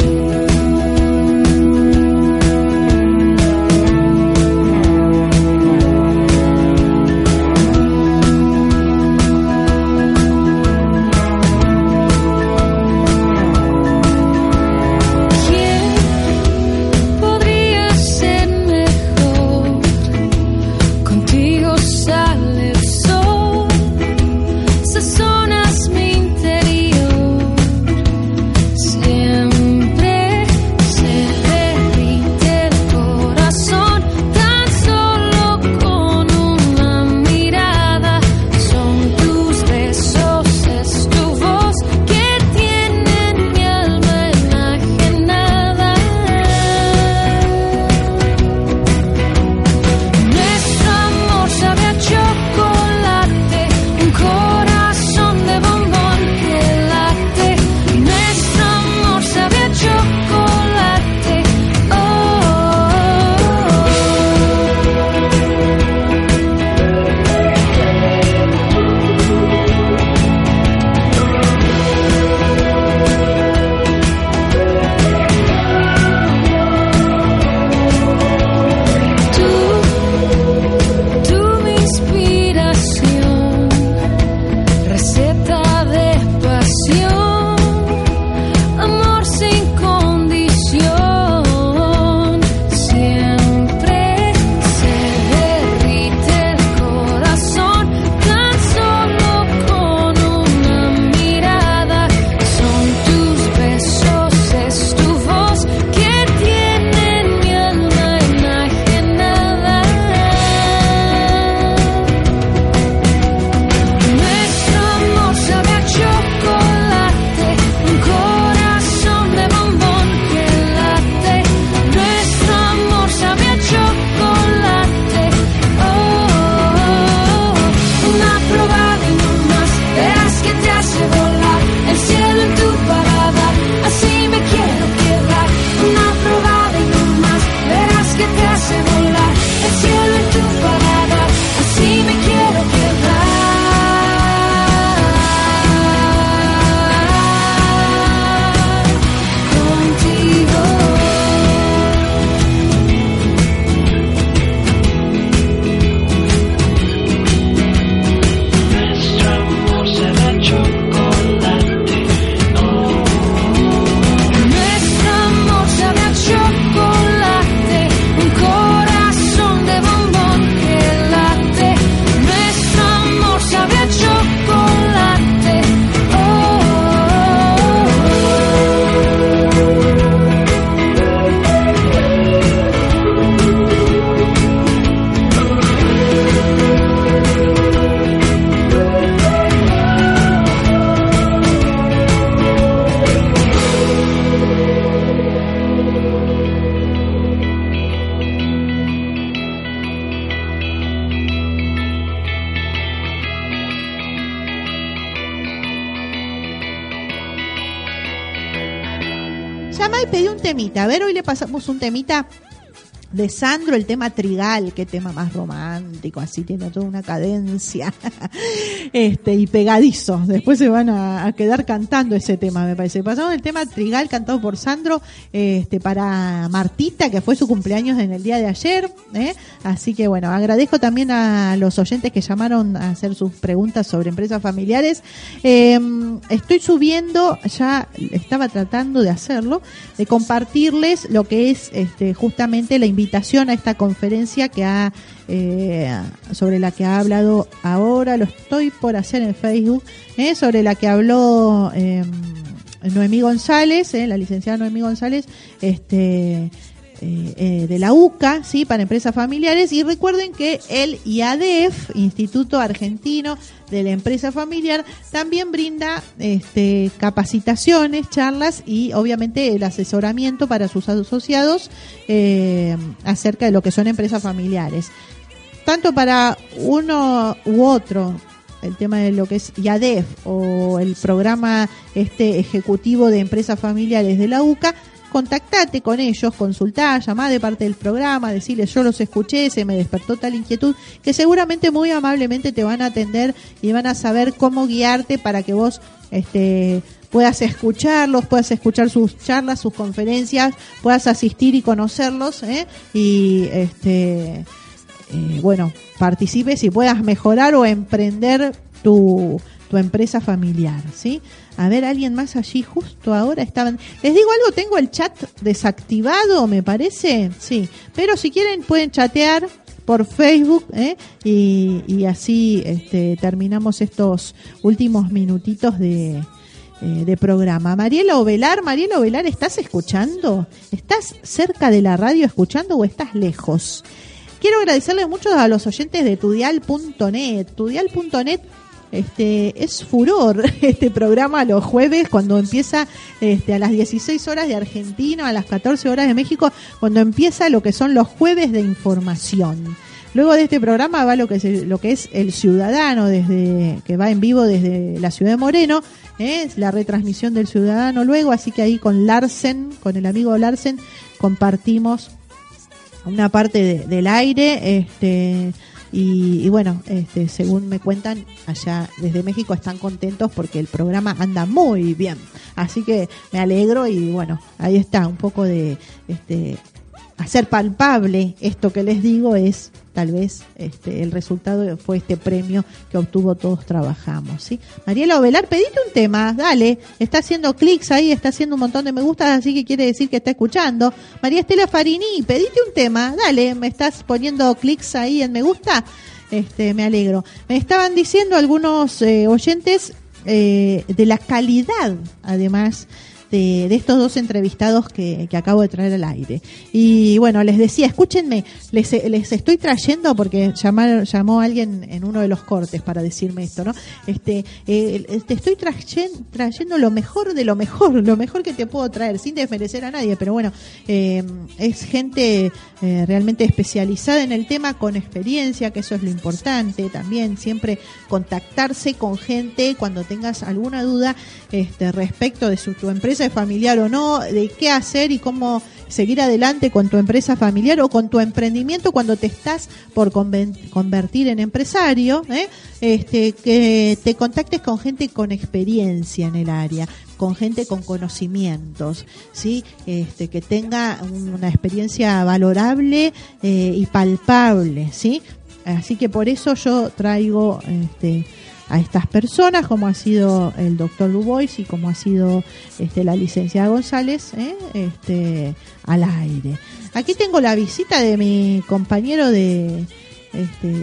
Llama y pedí un temita. A ver, hoy le pasamos un temita de Sandro, el tema Trigal, qué tema más romántico, así tiene toda una cadencia este y pegadizo. Después se van a, a quedar cantando ese tema, me parece. Pasamos el tema Trigal cantado por Sandro este para Martita, que fue su cumpleaños en el día de ayer, ¿eh? Así que bueno, agradezco también a los oyentes que llamaron a hacer sus preguntas sobre empresas familiares. Eh, estoy subiendo, ya estaba tratando de hacerlo, de compartirles lo que es este justamente la invitación invitación a esta conferencia que ha eh, sobre la que ha hablado ahora, lo estoy por hacer en Facebook, eh, sobre la que habló eh, Noemí González, eh, la licenciada Noemí González, este eh, eh, de la U C A, ¿sí? Para empresas familiares. Y recuerden que el I A D E F, Instituto Argentino de la Empresa Familiar, también brinda este, capacitaciones, charlas y obviamente el asesoramiento para sus asociados eh, acerca de lo que son empresas familiares. Tanto para uno u otro, el tema de lo que es I A D E F o el programa este ejecutivo de empresas familiares de la U C A, contactate con ellos, consultá, llamá de parte del programa, decirles yo los escuché, se me despertó tal inquietud, que seguramente muy amablemente te van a atender y van a saber cómo guiarte para que vos este puedas escucharlos, puedas escuchar sus charlas, sus conferencias, puedas asistir y conocerlos, ¿eh? y este eh, bueno, participes y puedas mejorar o emprender tu tu empresa familiar, ¿sí? A ver, alguien más allí justo ahora estaban. Les digo algo, tengo el chat desactivado, me parece, sí. Pero si quieren pueden chatear por Facebook, ¿eh? y, y así este, terminamos estos últimos minutitos de, eh, de programa. Mariela Ovelar, Mariela Ovelar, ¿estás escuchando? ¿Estás cerca de la radio escuchando o estás lejos? Quiero agradecerles mucho a los oyentes de tudial punto net. tudial punto net Este, es furor este programa los jueves cuando empieza este, a las dieciséis horas de Argentina, a las catorce horas de México, cuando empieza lo que son los jueves de información. Luego de este programa va lo que es, lo que es El Ciudadano, desde que va en vivo desde la ciudad de Moreno, ¿eh? Es la retransmisión del Ciudadano luego, así que ahí con Larsen, con el amigo Larsen, compartimos una parte de, del aire, este Y, y bueno, este, según me cuentan, allá desde México están contentos porque el programa anda muy bien. Así que me alegro y bueno, ahí está, un poco de este, hacer palpable esto que les digo es tal vez este, el resultado fue este premio que obtuvo Todos Trabajamos, ¿sí? Mariela Ovelar, pedite un tema, dale, está haciendo clics ahí, está haciendo un montón de me gustas, así que quiere decir que está escuchando. María Estela Farini, pedite un tema, dale, me estás poniendo clics ahí en me gusta, este, me alegro. Me estaban diciendo algunos eh, oyentes eh, de la calidad, además, De, de estos dos entrevistados que, que acabo de traer al aire. Y bueno, les decía, escúchenme, les, les estoy trayendo, porque llamar, llamó alguien en uno de los cortes para decirme esto, ¿no? Este, eh, te estoy trayendo, trayendo lo mejor de lo mejor, lo mejor que te puedo traer, sin desmerecer a nadie, pero bueno, eh, es gente eh, realmente especializada en el tema, con experiencia, que eso es lo importante también, siempre contactarse con gente cuando tengas alguna duda este, respecto de su, tu empresa familiar o no, de qué hacer y cómo seguir adelante con tu empresa familiar o con tu emprendimiento cuando te estás por convertir en empresario, ¿eh? Este, que te contactes con gente con experiencia en el área, con gente con conocimientos, ¿sí? Este, que tenga una experiencia valorable eh, y palpable, ¿sí? Así que por eso yo traigo este a estas personas, como ha sido el doctor Dubois y como ha sido este, la licenciada González, ¿eh? este, al aire. Aquí tengo la visita de mi compañero de este,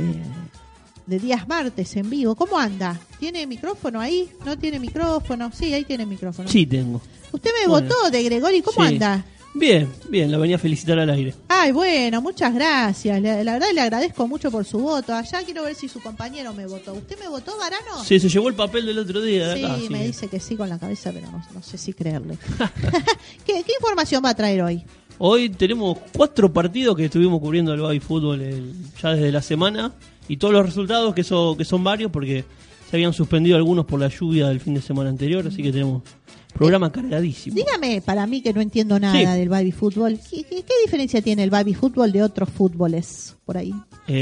de Días Martes en vivo. ¿Cómo anda? ¿Tiene micrófono ahí? ¿No tiene micrófono? Sí, ahí tiene micrófono. Sí, tengo. Usted me bueno. votó de Gregori, ¿cómo sí. anda? Bien, bien, la venía a felicitar al aire. Ay, bueno, muchas gracias. La, la verdad le agradezco mucho por su voto. Allá quiero ver si su compañero me votó. ¿Usted me votó, Varano? Sí, se llevó el papel del otro día de sí, acá. Sí, me que... dice que sí con la cabeza, pero no, no sé si creerle. ¿Qué, ¿Qué información va a traer hoy? Hoy tenemos cuatro partidos que estuvimos cubriendo el baby fútbol el, ya desde la semana y todos los resultados, que, eso, que son varios porque se habían suspendido algunos por la lluvia del fin de semana anterior, así que tenemos... programa eh, cargadísimo. Dígame, para mí que no entiendo nada sí. del baby fútbol, ¿qué, qué, ¿qué diferencia tiene el baby fútbol de otros fútboles por ahí?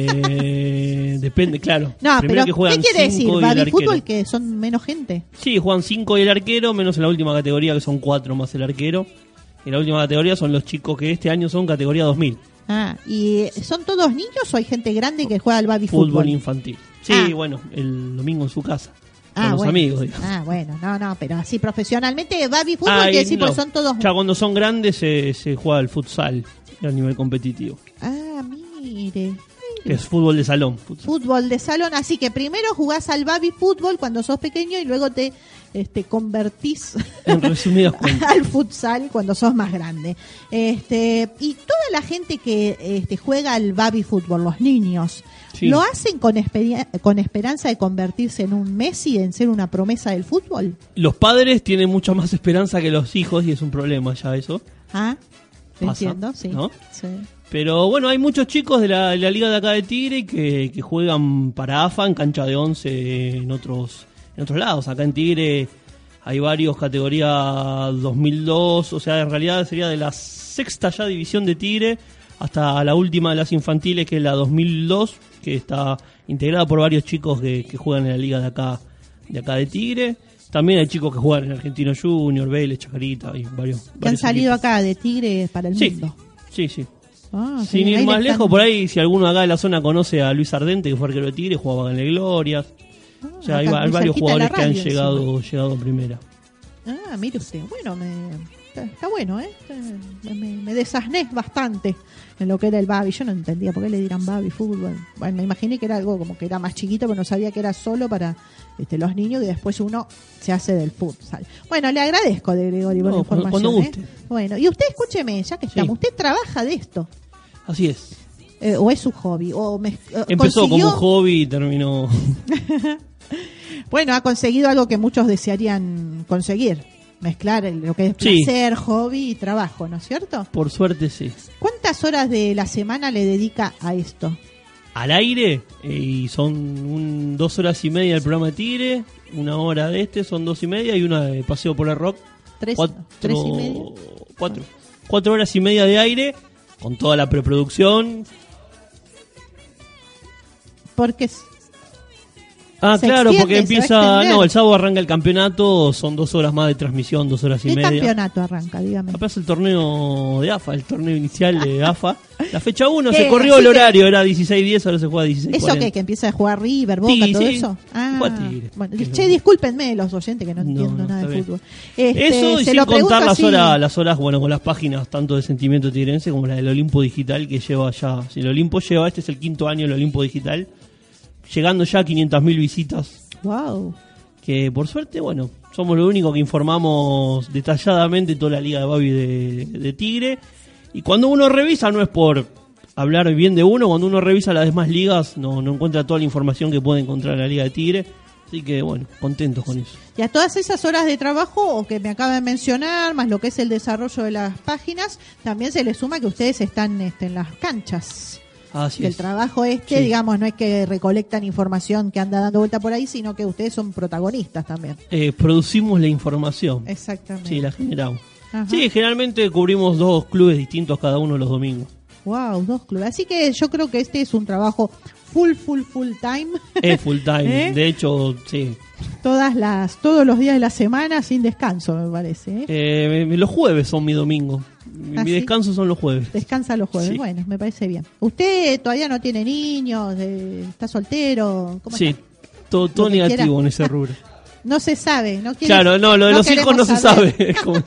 Eh, depende, claro. No, Primero pero que juegan ¿qué quiere decir? ¿Baby fútbol que son menos gente? Sí, juegan cinco y el arquero, menos en la última categoría que son cuatro más el arquero. En la última categoría son los chicos que este año son categoría dos mil. Ah, ¿y son todos niños o hay gente grande que juega al baby fútbol? Fútbol infantil. Sí, ah. bueno, el domingo en su casa. Con ah, los bueno. amigos, digamos. Ah, bueno, no, no, pero así profesionalmente, baby fútbol, ah, que decir, no. pues son todos... Ya cuando son grandes se, se juega al futsal a nivel competitivo. Ah, mire, Que es fútbol de salón. Futsal. Fútbol de salón, así que primero jugás al baby fútbol cuando sos pequeño y luego te este, convertís En resumidas cuentas. al futsal cuando sos más grande. Este, y toda la gente que este, juega al baby fútbol, los niños, Sí. ¿lo hacen con, experia- con esperanza de convertirse en un Messi, en ser una promesa del fútbol? Los padres tienen mucha más esperanza que los hijos y es un problema ya eso. Ah, Pasa, entiendo, sí. ¿no? Sí. Pero bueno, hay muchos chicos de la, de la liga de acá de Tigre que, que juegan para A F A en cancha de once en otros en otros lados. Acá en Tigre hay varios categoría dos mil dos, o sea, en realidad sería de la sexta ya división de Tigre hasta la última de las infantiles, que es la dos mil dos, que está integrada por varios chicos que, que juegan en la liga de acá de acá de Tigre. También hay chicos que juegan en Argentino Junior, Vélez, Chacarita y varios. Que han varios salido equipos. acá de Tigre para el Sí, mundo. sí, sí. Ah, sí, Sin ir ahí más le están- lejos, por ahí, si alguno acá de la zona conoce a Luis Ardente, que fue arquero de Tigre, jugaba en el Glorias. O sea, hay, acá hay muy varios cerquita de la jugadores que han radio, llegado, llegado a primera. Ah, mire usted, bueno, me, está, está bueno, ¿eh? Me, me, me desasné bastante en lo que era el baby. Yo no entendía por qué le dirán baby fútbol. Bueno, me imaginé que era algo como que era más chiquito, pero no sabía que era solo para este, los niños y después uno se hace del futsal. Bueno, le agradezco de Gregorio por No, la cuando- información. cuando ¿eh? guste. Bueno, y usted escúcheme, ya que estamos, usted trabaja de esto, Así es. eh, o es su hobby, o me, eh, Empezó consiguió- como un hobby y terminó. Bueno, ha conseguido algo que muchos desearían conseguir. Mezclar el- lo que es Sí. placer, hobby y trabajo, ¿no es cierto? Por suerte, sí. ¿Cuántas horas de la semana le dedica a esto? Al aire, eh, y son un- dos horas y media del programa de Tigre, una hora de este, son dos y media, y una de paseo por el rock. ¿Tres, Cuatro, tres y media? Cuatro. Cuatro horas y media de aire, con toda la preproducción. Porque es- Ah, Se claro, extiende, porque se va a empieza, extender. no, el sábado arranca el campeonato, son dos horas más de transmisión, dos horas y ¿qué media. campeonato arranca? Dígame. Acá es el torneo de A F A, el torneo inicial de A F A. La fecha uno ¿Qué? se corrió Así el que- horario, era dieciséis diez, ahora se juega dieciséis ¿Eso cuarenta. qué? ¿Que empieza a jugar River, Boca, Sí, todo sí. eso? Ah, Juega Tigre. bueno, Que che, no- discúlpenme los oyentes que no No, entiendo no, nada está de bien. fútbol. Este, Eso y se sin lo pregunto contar las así. horas, las horas, bueno, con las páginas tanto de Sentimiento Tigrense como la del Olimpo Digital, que lleva ya, si el Olimpo lleva, este es el quinto año del Olimpo Digital, llegando ya a quinientas mil visitas, Wow. que por suerte, bueno, somos lo único que informamos detalladamente toda la liga de Babi de, de Tigre, y cuando uno revisa, no es por hablar bien de uno, cuando uno revisa las demás ligas, no, no encuentra toda la información que puede encontrar en la liga de Tigre, así que bueno, contentos con eso. Y a todas esas horas de trabajo o que me acaba de mencionar, más lo que es el desarrollo de las páginas, también se le suma que ustedes están este, en las canchas. Así Que el es. trabajo este, Sí. digamos, no es que recolectan información que anda dando vuelta por ahí, sino que ustedes son protagonistas también. Eh, producimos la información. Exactamente. Sí, la generamos. Ajá. Sí, generalmente cubrimos dos clubes distintos cada uno los domingos. Wow, dos clubes. Así que yo creo que este es un trabajo full, full, full time. Es full time. ¿Eh? De hecho, sí. Todas las, todos los días de la semana sin descanso, me parece. ¿eh? Eh, los jueves son mi domingo. Mi ¿Ah, mi sí? descanso son los jueves. Descansa los jueves. Sí. Bueno, me parece bien. ¿Usted todavía no tiene niños? eh, ¿Está soltero? ¿Cómo Sí, está? todo, todo Lo que negativo quiera. en ese rubro. No se sabe. No quiere- Claro, no, lo de no los hijos no queremos se sabe. Es como-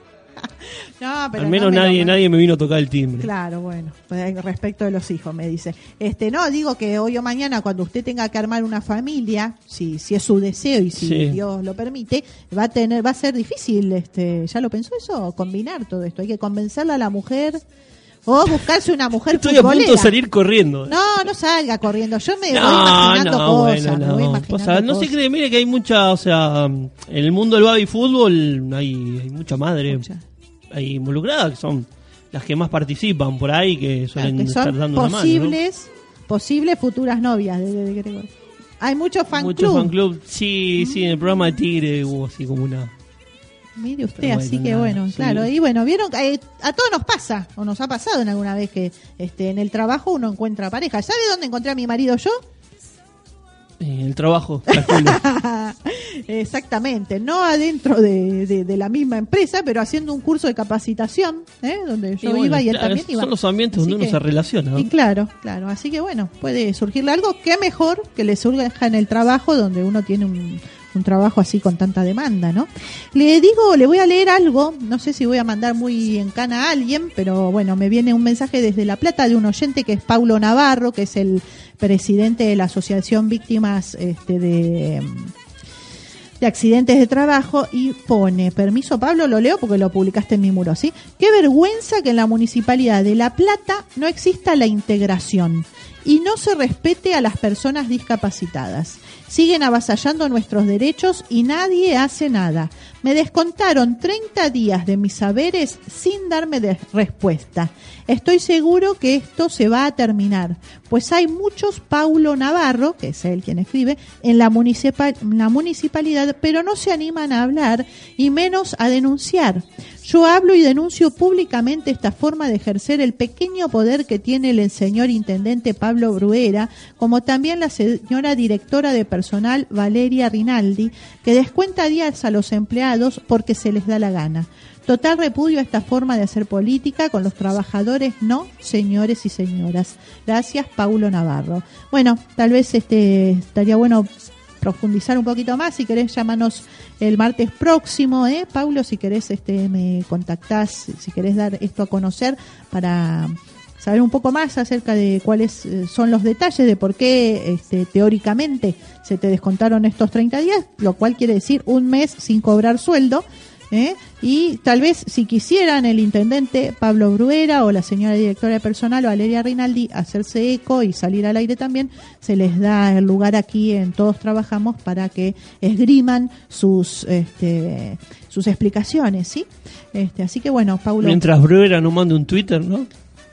No, pero al menos no me lo- nadie, nadie me vino a tocar el timbre. Claro, bueno, pues, respecto de los hijos, me dice. Este, no, digo que hoy o mañana, cuando usted tenga que armar una familia, si, si es su deseo y si Sí. Dios lo permite, va a tener, va a ser difícil, este, ¿ya lo pensó eso? Combinar todo esto. Hay que convencerla a la mujer o buscarse una mujer Estoy a punto futbolera. de salir corriendo. No, no salga corriendo. Yo me voy No, imaginando no, cosas. bueno, me voy no. imaginando O sea, no se cosas. cree, mire que hay mucha, o sea, en el mundo del baby fútbol hay, hay mucha madre Mucha. ahí involucrada, que son las que más participan por ahí, que suelen Claro, que estar son dando una mano. posibles, posibles futuras novias de, de- de Gregorio. Hay mucho fan Mucho club. fan club. Sí, sí, en el programa de Tigre hubo así como una. Mire usted, Pero así bueno, que nada, bueno, sí. claro. Y bueno, vieron, eh, a todos nos pasa, o nos ha pasado en alguna vez que este, en el trabajo uno encuentra pareja. ¿Sabe dónde encontré a mi marido yo? En el trabajo, calculo. Exactamente, no adentro de, de, de la misma empresa, pero haciendo un curso de capacitación, ¿eh? Donde yo y bueno, iba y él claro, también iba. Son los ambientes Así donde que, uno se relaciona, ¿no? Y claro, claro, así que bueno, puede surgirle algo, qué mejor que le surja en el trabajo donde uno tiene un, un trabajo así con tanta demanda, ¿no? Le digo, le voy a leer algo, no sé si voy a mandar muy en cana a alguien, pero bueno, me viene un mensaje desde La Plata de un oyente que es Paulo Navarro, que es el presidente de la Asociación Víctimas este, de, de Accidentes de Trabajo, y pone, permiso Pablo, lo leo porque lo publicaste en mi muro, ¿sí? Qué vergüenza que en la Municipalidad de La Plata no exista la integración y no se respete a las personas discapacitadas. Siguen avasallando nuestros derechos y nadie hace nada. Me descontaron treinta días de mis saberes sin darme de respuesta. Estoy seguro que esto se va a terminar, pues hay muchos Paulo Navarro, que es él quien escribe, en la, municipal, la municipalidad, pero no se animan a hablar y menos a denunciar. Yo hablo y denuncio públicamente esta forma de ejercer el pequeño poder que tiene el señor intendente Pablo Bruera, como también la señora directora de personal Valeria Rinaldi, que descuenta días a los empleados porque se les da la gana. Total repudio a esta forma de hacer política con los trabajadores, no, señores y señoras. Gracias, Paulo Navarro. Bueno, tal vez este estaría bueno profundizar un poquito más. Si querés, llámanos el martes próximo, ¿eh? Paulo, si querés, este, me contactás, si querés dar esto a conocer para saber un poco más acerca de cuáles son los detalles de por qué este, teóricamente se te descontaron estos treinta días, lo cual quiere decir un mes sin cobrar sueldo. ¿Eh? Y tal vez si quisieran el intendente Pablo Bruera o la señora directora de personal Valeria Rinaldi hacerse eco y salir al aire también, se les da el lugar aquí en Todos Trabajamos para que esgriman sus este, sus explicaciones, ¿sí? Este, así que bueno, Paulo. Mientras Bruera no mande un Twitter, ¿no?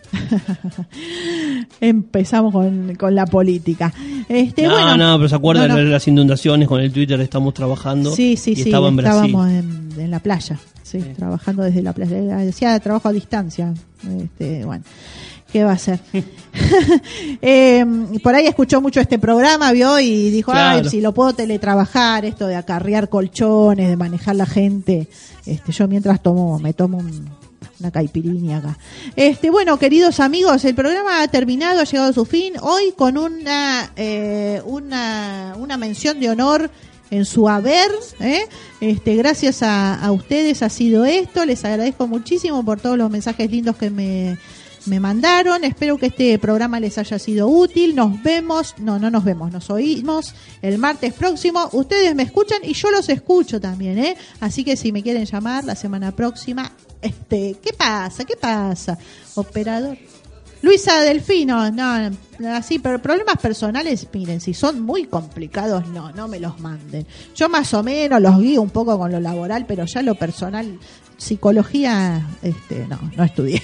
Empezamos con, con la política. Este, no, bueno, no, pero se acuerdan no, no. de las inundaciones con el Twitter, estamos trabajando. Sí, sí, y sí, estaba en estábamos Brasil. en, en la playa, sí, Sí. trabajando desde la playa. Decía trabajo a distancia. Este, bueno, ¿qué va a hacer? eh, por ahí escuchó mucho este programa, vio, y dijo, Claro. ay, si lo puedo teletrabajar, esto de acarrear colchones, de manejar la gente. Este, yo mientras tomo, me tomo un una caipirinha acá. Este, bueno, queridos amigos, el programa ha terminado, ha llegado a su fin. Hoy con una eh, una una mención de honor en su haber, ¿eh? Este, gracias a, a ustedes ha sido esto. Les agradezco muchísimo por todos los mensajes lindos que me me mandaron. Espero que este programa les haya sido útil. Nos vemos, no, no nos vemos, nos oímos el martes próximo. Ustedes me escuchan y yo los escucho también, ¿eh? Así que si me quieren llamar la semana próxima, este, ¿qué pasa? ¿Qué pasa? Operador. Luisa Delfino, no, así, pero problemas personales, miren, si son muy complicados, no, no me los manden. Yo más o menos los guío un poco con lo laboral, pero ya lo personal, psicología, este, no, no estudié.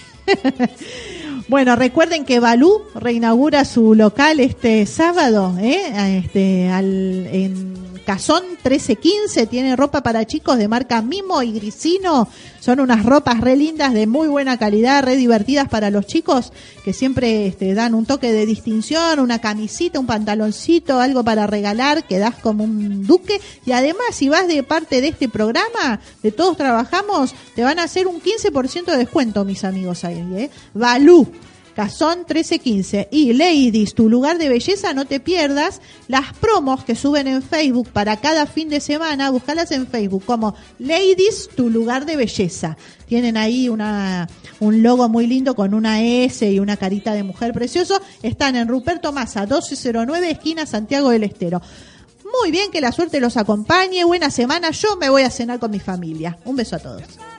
Bueno, recuerden que Balú reinaugura su local este sábado, ¿eh? Este, al, en Cazón trece quince, tiene ropa para chicos de marca Mimo y Grisino. Son unas ropas re lindas, de muy buena calidad, re divertidas para los chicos, que siempre este, dan un toque de distinción, una camisita, un pantaloncito, algo para regalar, que das como un duque. Y además, si vas de parte de este programa, de Todos Trabajamos, te van a hacer un quince por ciento de descuento, mis amigos ahí, ¿eh? Balú. Cazón trece quince y Ladies, tu lugar de belleza, no te pierdas las promos que suben en Facebook para cada fin de semana. Búscalas en Facebook como Ladies, tu lugar de belleza. Tienen ahí una un logo muy lindo con una S y una carita de mujer precioso. Están en Ruperto Massa, doce cero nueve, esquina Santiago del Estero. Muy bien, que la suerte los acompañe. Buena semana. Yo me voy a cenar con mi familia. Un beso a todos.